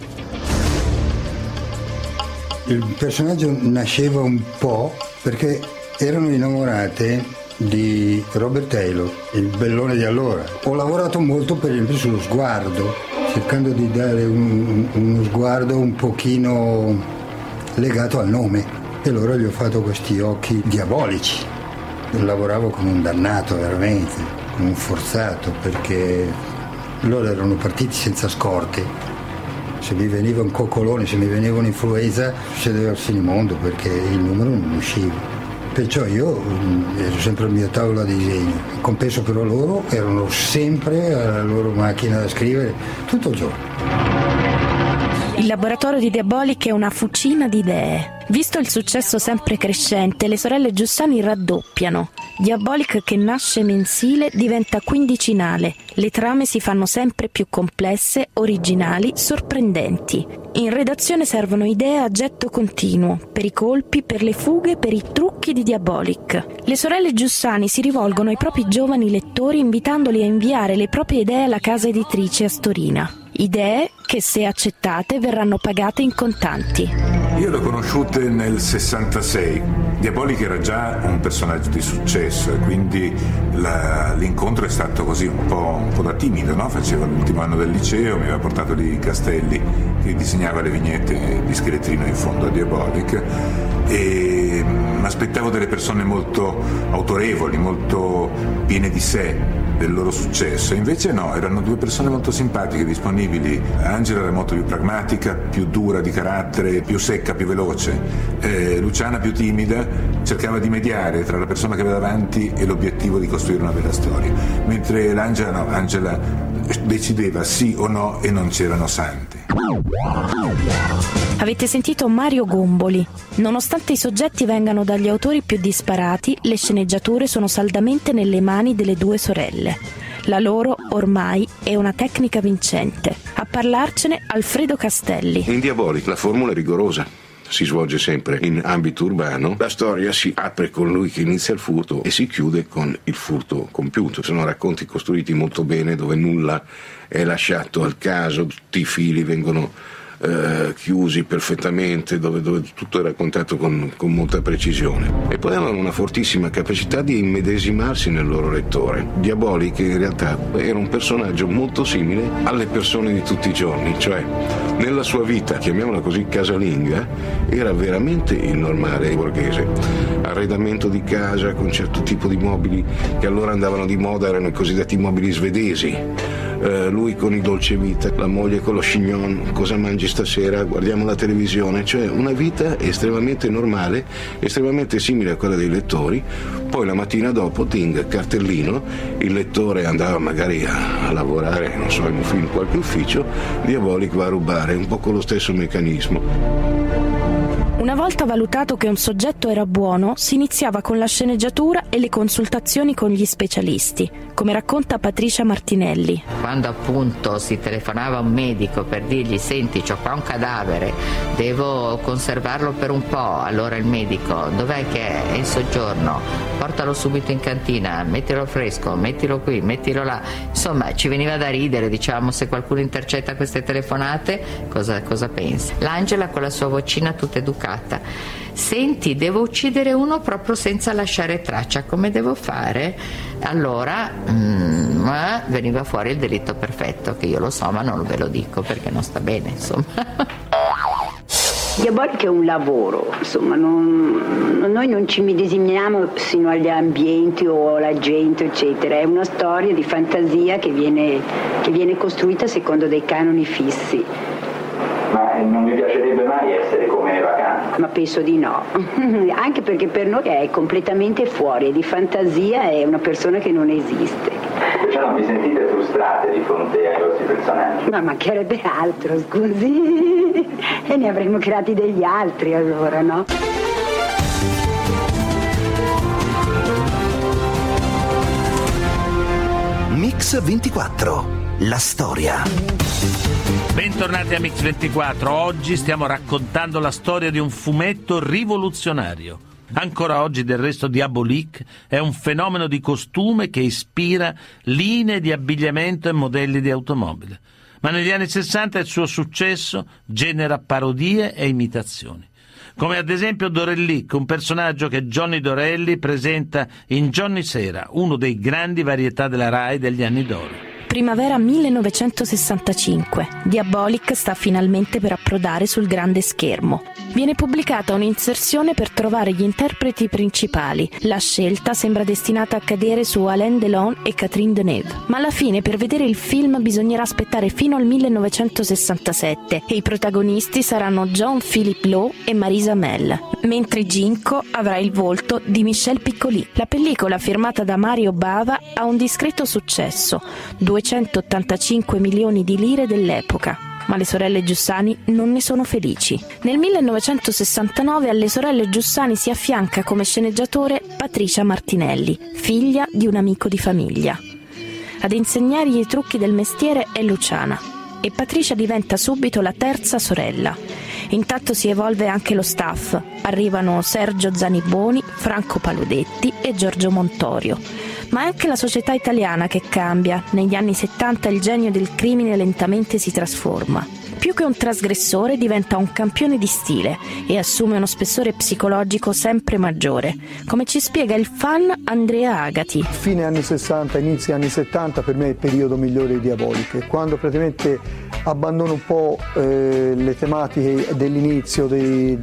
Il personaggio nasceva un po' perché erano innamorate di Robert Taylor, il bellone di allora. Ho lavorato molto per esempio sullo sguardo, cercando di dare uno sguardo un pochino legato al nome, e allora gli ho fatto questi occhi diabolici. Lavoravo come un dannato veramente, come un forzato, perché loro erano partiti senza scorte. Se mi veniva un coccolone, se mi veniva un'influenza, succedeva il finimondo perché il numero non usciva. Perciò io ero sempre al mio tavolo a disegno. In compenso però loro erano sempre alla loro macchina da scrivere tutto il giorno. Il laboratorio di Diabolic è una fucina di idee. Visto il successo sempre crescente, le sorelle Giussani raddoppiano. Diabolic, che nasce mensile, diventa quindicinale. Le trame si fanno sempre più complesse, originali, sorprendenti. In redazione servono idee a getto continuo, per i colpi, per le fughe, per i trucchi di Diabolic. Le sorelle Giussani si rivolgono ai propri giovani lettori invitandoli a inviare le proprie idee alla casa editrice a Storina. Idee che, se accettate, verranno pagate in contanti. Io le ho conosciute nel 66. Diabolic era già un personaggio di successo e quindi l'incontro è stato così un po' da timido, no? Faceva l'ultimo anno del liceo, mi aveva portato lì Castelli che disegnava le vignette di Scheletrino in fondo a Diabolic e mi aspettavo delle persone molto autorevoli, molto piene di sé, del loro successo. Invece no, erano due persone molto simpatiche, disponibili. Angela era molto più pragmatica, più dura di carattere, più secca, più veloce. Luciana più timida, cercava di mediare tra la persona che aveva davanti e l'obiettivo di costruire una bella storia. Mentre Angela decideva sì o no e non c'erano santi. Avete sentito Mario Gomboli. Nonostante i soggetti vengano dagli autori più disparati, le sceneggiature sono saldamente nelle mani delle due sorelle. La loro, ormai, è una tecnica vincente. A parlarcene Alfredo Castelli. In Diabolic la formula è rigorosa. Si svolge sempre in ambito urbano, la storia si apre con lui che inizia il furto e si chiude con il furto compiuto. Sono racconti costruiti molto bene, dove nulla è lasciato al caso, tutti i fili vengono chiusi perfettamente, dove tutto è raccontato con molta precisione. E poi hanno una fortissima capacità di immedesimarsi nel loro lettore. Diabolic in realtà era un personaggio molto simile alle persone di tutti i giorni, cioè nella sua vita, chiamiamola così, casalinga, era veramente il normale borghese. Arredamento di casa con certo tipo di mobili che allora andavano di moda, erano i cosiddetti mobili svedesi. Lui con il dolce vita, la moglie con lo chignon, cosa mangi stasera, guardiamo la televisione, cioè una vita estremamente normale, estremamente simile a quella dei lettori. Poi la mattina dopo, ting, cartellino, il lettore andava magari a lavorare, non so, in qualche ufficio, Diabolic va a rubare, un po' con lo stesso meccanismo. Una volta valutato che un soggetto era buono, si iniziava con la sceneggiatura e le consultazioni con gli specialisti, come racconta Patricia Martinelli. Quando appunto si telefonava a un medico per dirgli: senti, c'ho qua un cadavere, devo conservarlo per un po', allora il medico: dov'è che è in soggiorno? Portalo subito in cantina, mettilo fresco, mettilo qui, mettilo là. Insomma, ci veniva da ridere, dicevamo: se qualcuno intercetta queste telefonate, cosa pensa? L'Angela con la sua vocina tutta educata: senti, devo uccidere uno proprio senza lasciare traccia, come devo fare? Allora veniva fuori il delitto perfetto, che io lo so ma non ve lo dico perché non sta bene, insomma. Diabolic è un lavoro, insomma, noi non ci medesimiamo sino agli ambienti o alla gente, eccetera. È una storia di fantasia che viene costruita secondo dei canoni fissi. Ma non mi piacerebbe mai essere come Vacanza? Ma penso di no, anche perché per noi è completamente fuori, di fantasia, è una persona che non esiste. Perciò non vi sentite frustrate di fronte ai vostri personaggi? Ma mancherebbe altro, scusi, e ne avremmo creati degli altri allora, no? Mix 24, la storia. Bentornati a Mix 24. Oggi stiamo raccontando la storia di un fumetto rivoluzionario. Ancora oggi, del resto, Diabolic è un fenomeno di costume che ispira linee di abbigliamento e modelli di automobile. Ma negli anni 60 il suo successo genera parodie e imitazioni. Come ad esempio Dorellic, un personaggio che Johnny Dorelli presenta in Johnny Sera, uno dei grandi varietà della Rai degli anni d'oro. Primavera 1965. Diabolic sta finalmente per approdare sul grande schermo. Viene pubblicata un'inserzione per trovare gli interpreti principali. La scelta sembra destinata a cadere su Alain Delon e Catherine Deneuve. Ma alla fine, per vedere il film, bisognerà aspettare fino al 1967 e i protagonisti saranno John Philip Law e Marisa Mell, mentre Ginko avrà il volto di Michel Piccoli. La pellicola, firmata da Mario Bava, ha un discreto successo, 285 milioni di lire dell'epoca. Ma le sorelle Giussani non ne sono felici. Nel 1969 alle sorelle Giussani si affianca come sceneggiatore Patricia Martinelli, figlia di un amico di famiglia. Ad insegnargli i trucchi del mestiere è Luciana, e Patricia diventa subito la terza sorella. Intanto si evolve anche lo staff. Arrivano Sergio Zaniboni, Franco Paludetti e Giorgio Montorio. Ma è anche la società italiana che cambia. Negli anni 70 il genio del crimine lentamente si trasforma. Più che un trasgressore diventa un campione di stile e assume uno spessore psicologico sempre maggiore, come ci spiega il fan Andrea Agati. Fine anni 60, inizio anni 70 per me è il periodo migliore di Diabolic, quando praticamente abbandono un po' le tematiche dell'inizio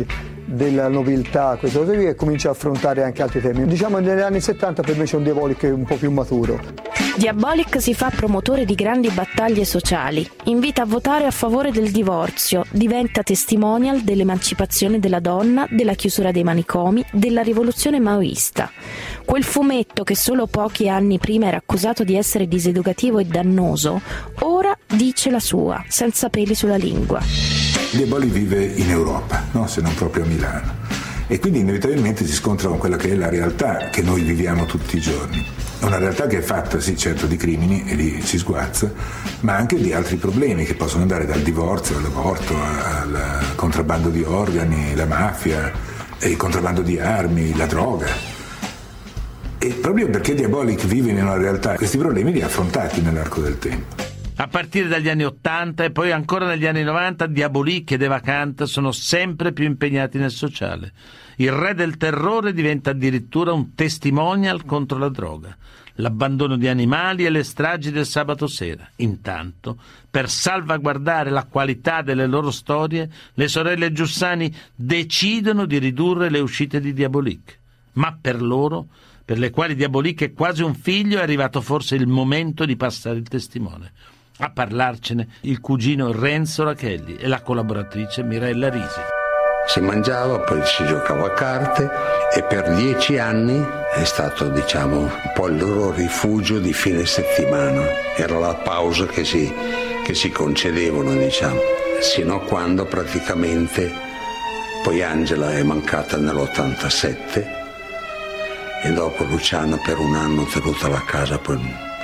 della nobiltà, queste cose qui, e comincia a affrontare anche altri temi. Diciamo negli anni 70 per me c'è un Diabolic un po' più maturo. Diabolic si fa promotore di grandi battaglie sociali, invita a votare a favore del divorzio, diventa testimonial dell'emancipazione della donna, della chiusura dei manicomi, della rivoluzione maoista. Quel fumetto che solo pochi anni prima era accusato di essere diseducativo e dannoso, ora dice la sua, senza peli sulla lingua. Diabolic vive in Europa, no? Se non proprio a Milano, e quindi inevitabilmente si scontra con quella che è la realtà che noi viviamo tutti i giorni. È una realtà che è fatta, sì, certo, di crimini, e lì si sguazza, ma anche di altri problemi che possono andare dal divorzio all'aborto, al contrabbando di organi, la mafia, il contrabbando di armi, la droga. E proprio perché Diabolic vive in una realtà, questi problemi li ha affrontati nell'arco del tempo. A partire dagli anni 80 e poi ancora negli anni 90, Diabolic ed Eva Kant sono sempre più impegnati nel sociale. Il re del terrore diventa addirittura un testimonial contro la droga, l'abbandono di animali e le stragi del sabato sera. Intanto, per salvaguardare la qualità delle loro storie, le sorelle Giussani decidono di ridurre le uscite di Diabolic. Ma per loro, per le quali Diabolic è quasi un figlio, è arrivato forse il momento di passare il testimone. A parlarcene il cugino Renzo Rachelli e la collaboratrice Mirella Risi. Si mangiava, poi si giocava a carte, e per 10 anni è stato, diciamo, un po' il loro rifugio di fine settimana. Era la pausa che si concedevano, diciamo, sino a quando praticamente poi Angela è mancata nell'87 e dopo Luciana per un anno tenuta alla casa, poi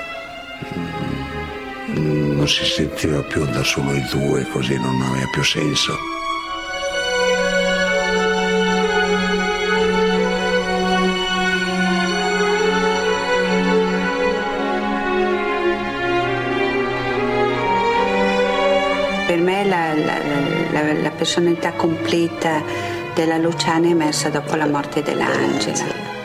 non si sentiva più da solo i due, così non aveva più senso. Per me la personalità completa della Luciana è emersa dopo la morte dell'Angela,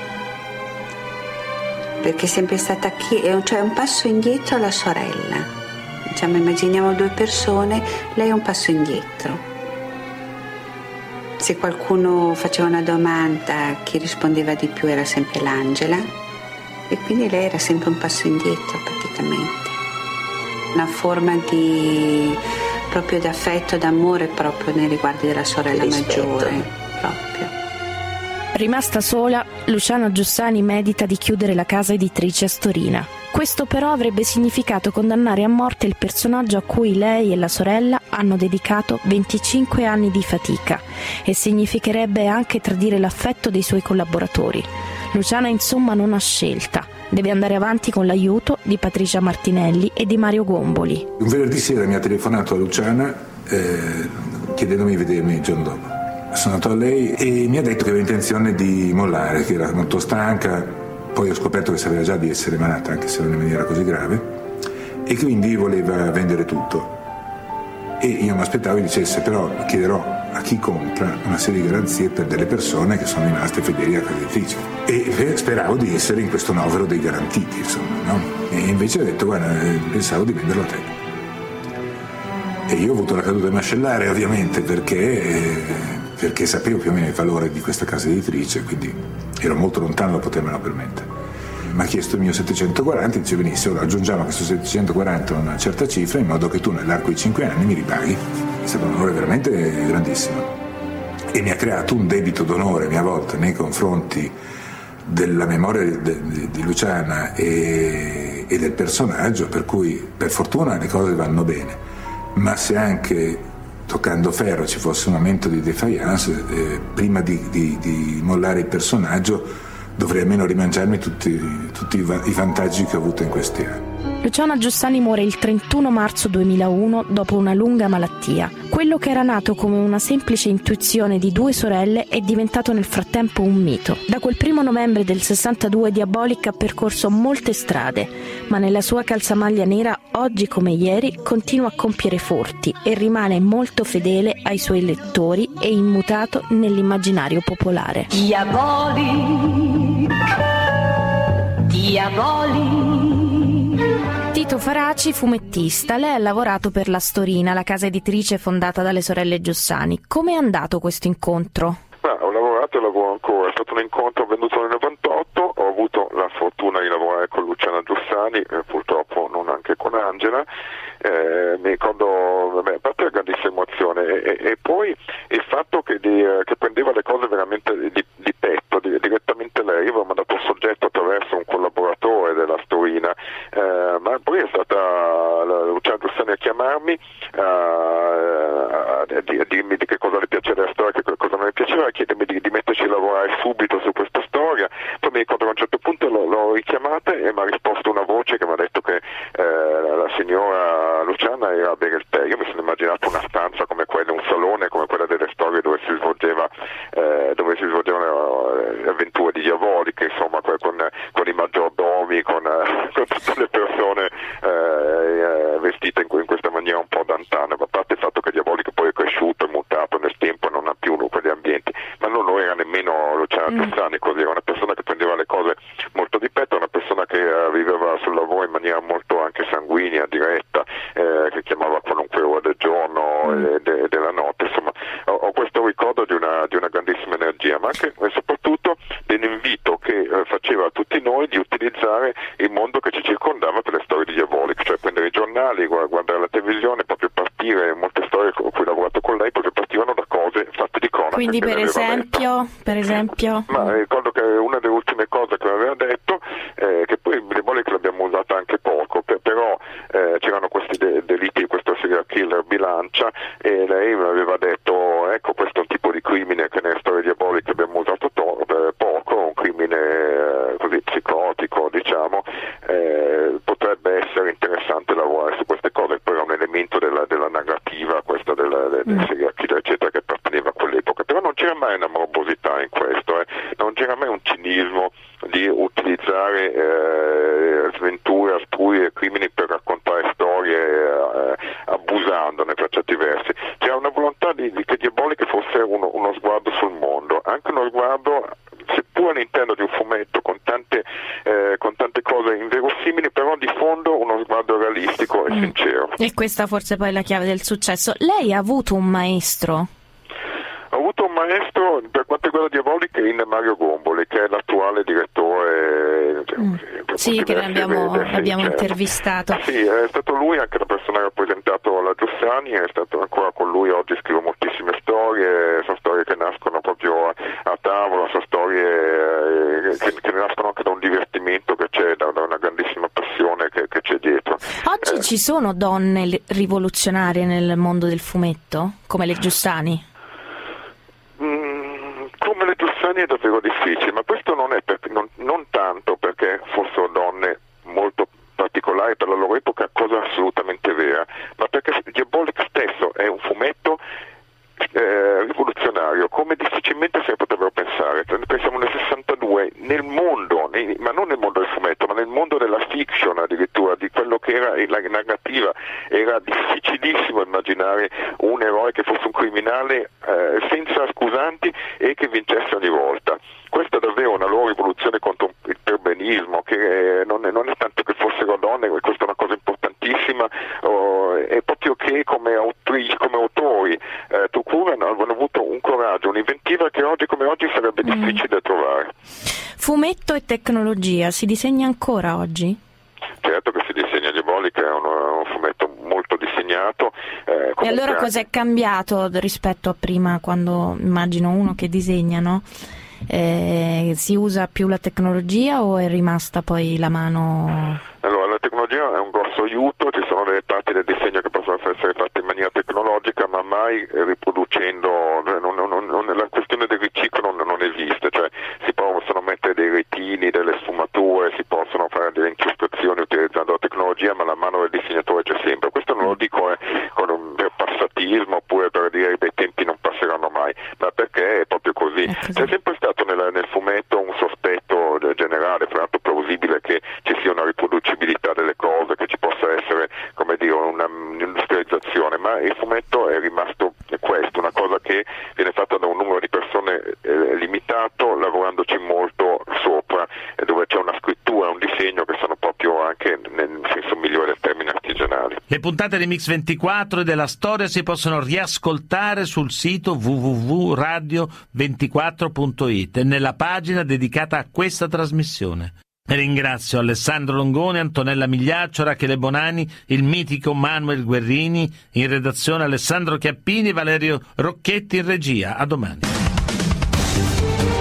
perché è sempre stata cioè un passo indietro alla sorella. Diciamo, immaginiamo due persone, lei è un passo indietro. Se qualcuno faceva una domanda, chi rispondeva di più era sempre l'Angela, e quindi lei era sempre un passo indietro praticamente. Una forma di proprio d'affetto, d'amore proprio nei riguardi della sorella maggiore, proprio. Rimasta sola, Luciana Giussani medita di chiudere la casa editrice a Storina. Questo però avrebbe significato condannare a morte il personaggio a cui lei e la sorella hanno dedicato 25 anni di fatica, e significherebbe anche tradire l'affetto dei suoi collaboratori. Luciana insomma non ha scelta, deve andare avanti con l'aiuto di Patricia Martinelli e di Mario Gomboli. Un venerdì sera mi ha telefonato a Luciana chiedendomi di vedermi il giorno dopo. Sono andato a lei e mi ha detto che aveva intenzione di mollare, che era molto stanca. Poi ho scoperto che sapeva già di essere malata, anche se non in maniera così grave, e quindi voleva vendere tutto. E io mi aspettavo che dicesse: però chiederò a chi compra una serie di garanzie per delle persone che sono rimaste fedeli alla casa editrice. E speravo di essere in questo novero dei garantiti, insomma, no? E invece ha detto: guarda, pensavo di venderlo a te. E io ho avuto la caduta mascellare, ovviamente, perché sapevo più o meno il valore di questa casa editrice, quindi ero molto lontano da potermelo permettere. Mi ha chiesto il mio 740, dice: benissimo, ora aggiungiamo a questo 740 una certa cifra in modo che tu nell'arco di 5 anni mi ripaghi. È stato un onore veramente grandissimo, e mi ha creato un debito d'onore a mia volta nei confronti della memoria di Luciana e del personaggio, per cui per fortuna le cose vanno bene, ma se anche toccando ferro ci fosse un momento di defiance, prima di mollare il personaggio dovrei almeno rimangiarmi tutti i vantaggi che ho avuto in questi anni. Luciana Giussani muore il 31 marzo 2001 dopo una lunga malattia. Quello che era nato come una semplice intuizione di due sorelle è diventato nel frattempo un mito. Da quel 1 novembre del 62 Diabolic ha percorso molte strade, ma nella sua calzamaglia nera, oggi come ieri, continua a compiere furti e rimane molto fedele ai suoi lettori e immutato nell'immaginario popolare. Diabolic. Tito Faraci, fumettista. Lei ha lavorato per La Storina, la casa editrice fondata dalle sorelle Giussani. Come è andato questo incontro? Ma lavorato e lavoro ancora. È stato un incontro avvenuto nel 98, ho avuto la fortuna di lavorare con Luciana Giussani, purtroppo non anche con Angela. Mi ricordo, a parte la grandissima emozione e poi il fatto che prendeva le cose veramente di petto, direttamente lei. Io avevo mandato un soggetto attraverso un collaboratore della Storina, ma poi è stata Luciana Giussani a chiamarmi, a dirmi di che cosa le piaceva la storia, che cosa non le piaceva, a chiedermi di metterci a lavorare subito su questa storia. Poi mi ricordo che a un certo punto l'ho richiamata e mi ha risposto una voce che mi ha detto che la signora Luciana era a bere il tè. Io mi sono immaginato una stanza come quella, un salone come quella delle storie dove si svolgevano le avventure di Diabolik, insomma, con i maggiordomi, con tutte le persone vestite in questa maniera un po' d'antan. A parte il fatto che Diabolik poi è cresciuto, è mutato nel tempo e non ha più quegli ambienti, ma non lo era nemmeno Luciana Giussani così, era una persona che prendeva le cose molto di petto, una persona che viveva sul lavoro in maniera molto anche sanguigna, diretta, che chiamava qualunque ora del giorno e della notte. Insomma, ho questo ricordo di una grandissima energia, ma anche e soprattutto dell'invito che faceva a tutti noi di utilizzare il mondo che ci circondava per le storie di Diabolik, cioè prendere i giornali, guardare la televisione, proprio partire, molte storie con cui ho lavorato con lei proprio partivano da cose fatte di cronaca. Quindi per esempio? Ma ricordo che una delle ultime cose che mi aveva detto, che poi Diabolik l'abbiamo usata anche poco, però c'erano questi delitti di questo serial killer Bilancia e lei mi aveva detto, ecco, questo è un tipo di crimine che nelle storie Diabolik abbiamo usato poco, un crimine così psicotico, diciamo, potrebbe essere interessante lavorare su queste cose. Poi era un elemento della narrativa, questa del serial killer eccetera, che apparteneva a quell'epoca, però non c'era mai una morbosità in questo, non c'era mai un cinismo di utilizzare sventure, asturie, crimini per raccontare storie abusandone per certi versi. C'era una volontà che Diabolik fosse uno sguardo sul mondo, anche uno sguardo, seppur all'interno di un fumetto con tante cose inverosimili, però di fondo uno sguardo realistico e sincero. E questa forse poi è la chiave del successo. Lei ha avuto un maestro? Ho avuto un maestro per quanto riguarda Diabolik in Mario Gomboli, che è l'attuale direttore. Sì, che l'abbiamo intervistato. Sì, è stato lui anche la persona che ha rappresentato la Giussani, è stato ancora con lui, oggi scrivo moltissime storie, sono storie che nascono proprio a tavola, sono storie che nascono anche da un divertimento che c'è, da una grandissima passione che c'è dietro. Oggi ci sono donne rivoluzionarie nel mondo del fumetto, come le Giussani? Come le Giussani è davvero difficile, ma questo non è non tanto perché fossero donne molto particolari per la loro epoca, cosa assolutamente vera, ma perché Diabolik stesso è un fumetto rivoluzionario, come difficilmente se ne potrebbero pensare. Pensiamo nel 62, nel mondo, ma non nel mondo del fumetto, ma nel mondo della fiction addirittura, di quello che era la narrativa, era difficilissimo immaginare un eroe che fosse un criminale senza scusanti e che vincesse ogni volta. Questa è davvero una loro rivoluzione contro il perbenismo, che non è tanto che fossero donne, questa è una cosa importantissima, è proprio che come autori hanno avuto un coraggio, un'inventiva che oggi come oggi sarebbe difficile da trovare. Fumetto e tecnologia, si disegna ancora oggi? Certo che si disegna, Diabolik è un fumetto molto disegnato. E allora cos'è cambiato rispetto a prima, quando immagino uno che disegna, no? Si usa più la tecnologia o è rimasta poi la mano? Allora, la tecnologia è un grosso aiuto, ci sono delle parti del disegno che possono essere fatte in maniera tecnologica, ma mai riproducendo, la questione del riciclo non esiste, cioè si possono mettere dei retini, delle sfumature, si possono fare delle incrustazioni utilizzando la tecnologia, ma la mano del disegnatore c'è sempre. Questo non lo dico per passatismo oppure per dire che i tempi non passeranno mai, ma perché è proprio così. C'è sempre stato nel fumetto un sospetto generale, fra l'altro plausibile, che ci sia una riproducibilità delle cose, che ci possa essere, come dire, un'industrializzazione, ma il fumetto è rimasto questo, una cosa che viene fatta da un numero di persone limitato, lavorandoci molto sopra, dove c'è una scrittura, un disegno che sono proprio anche nel senso migliore del termine artigianali. Le puntate di Mix24 e della storia si possono riascoltare sul sito www.radio24.it e nella pagina dedicata a questa trasmissione. Ringrazio Alessandro Longone, Antonella Migliaccio, Rachele Bonani, il mitico Manuel Guerrini, in redazione Alessandro Chiappini e Valerio Rocchetti in regia. A domani.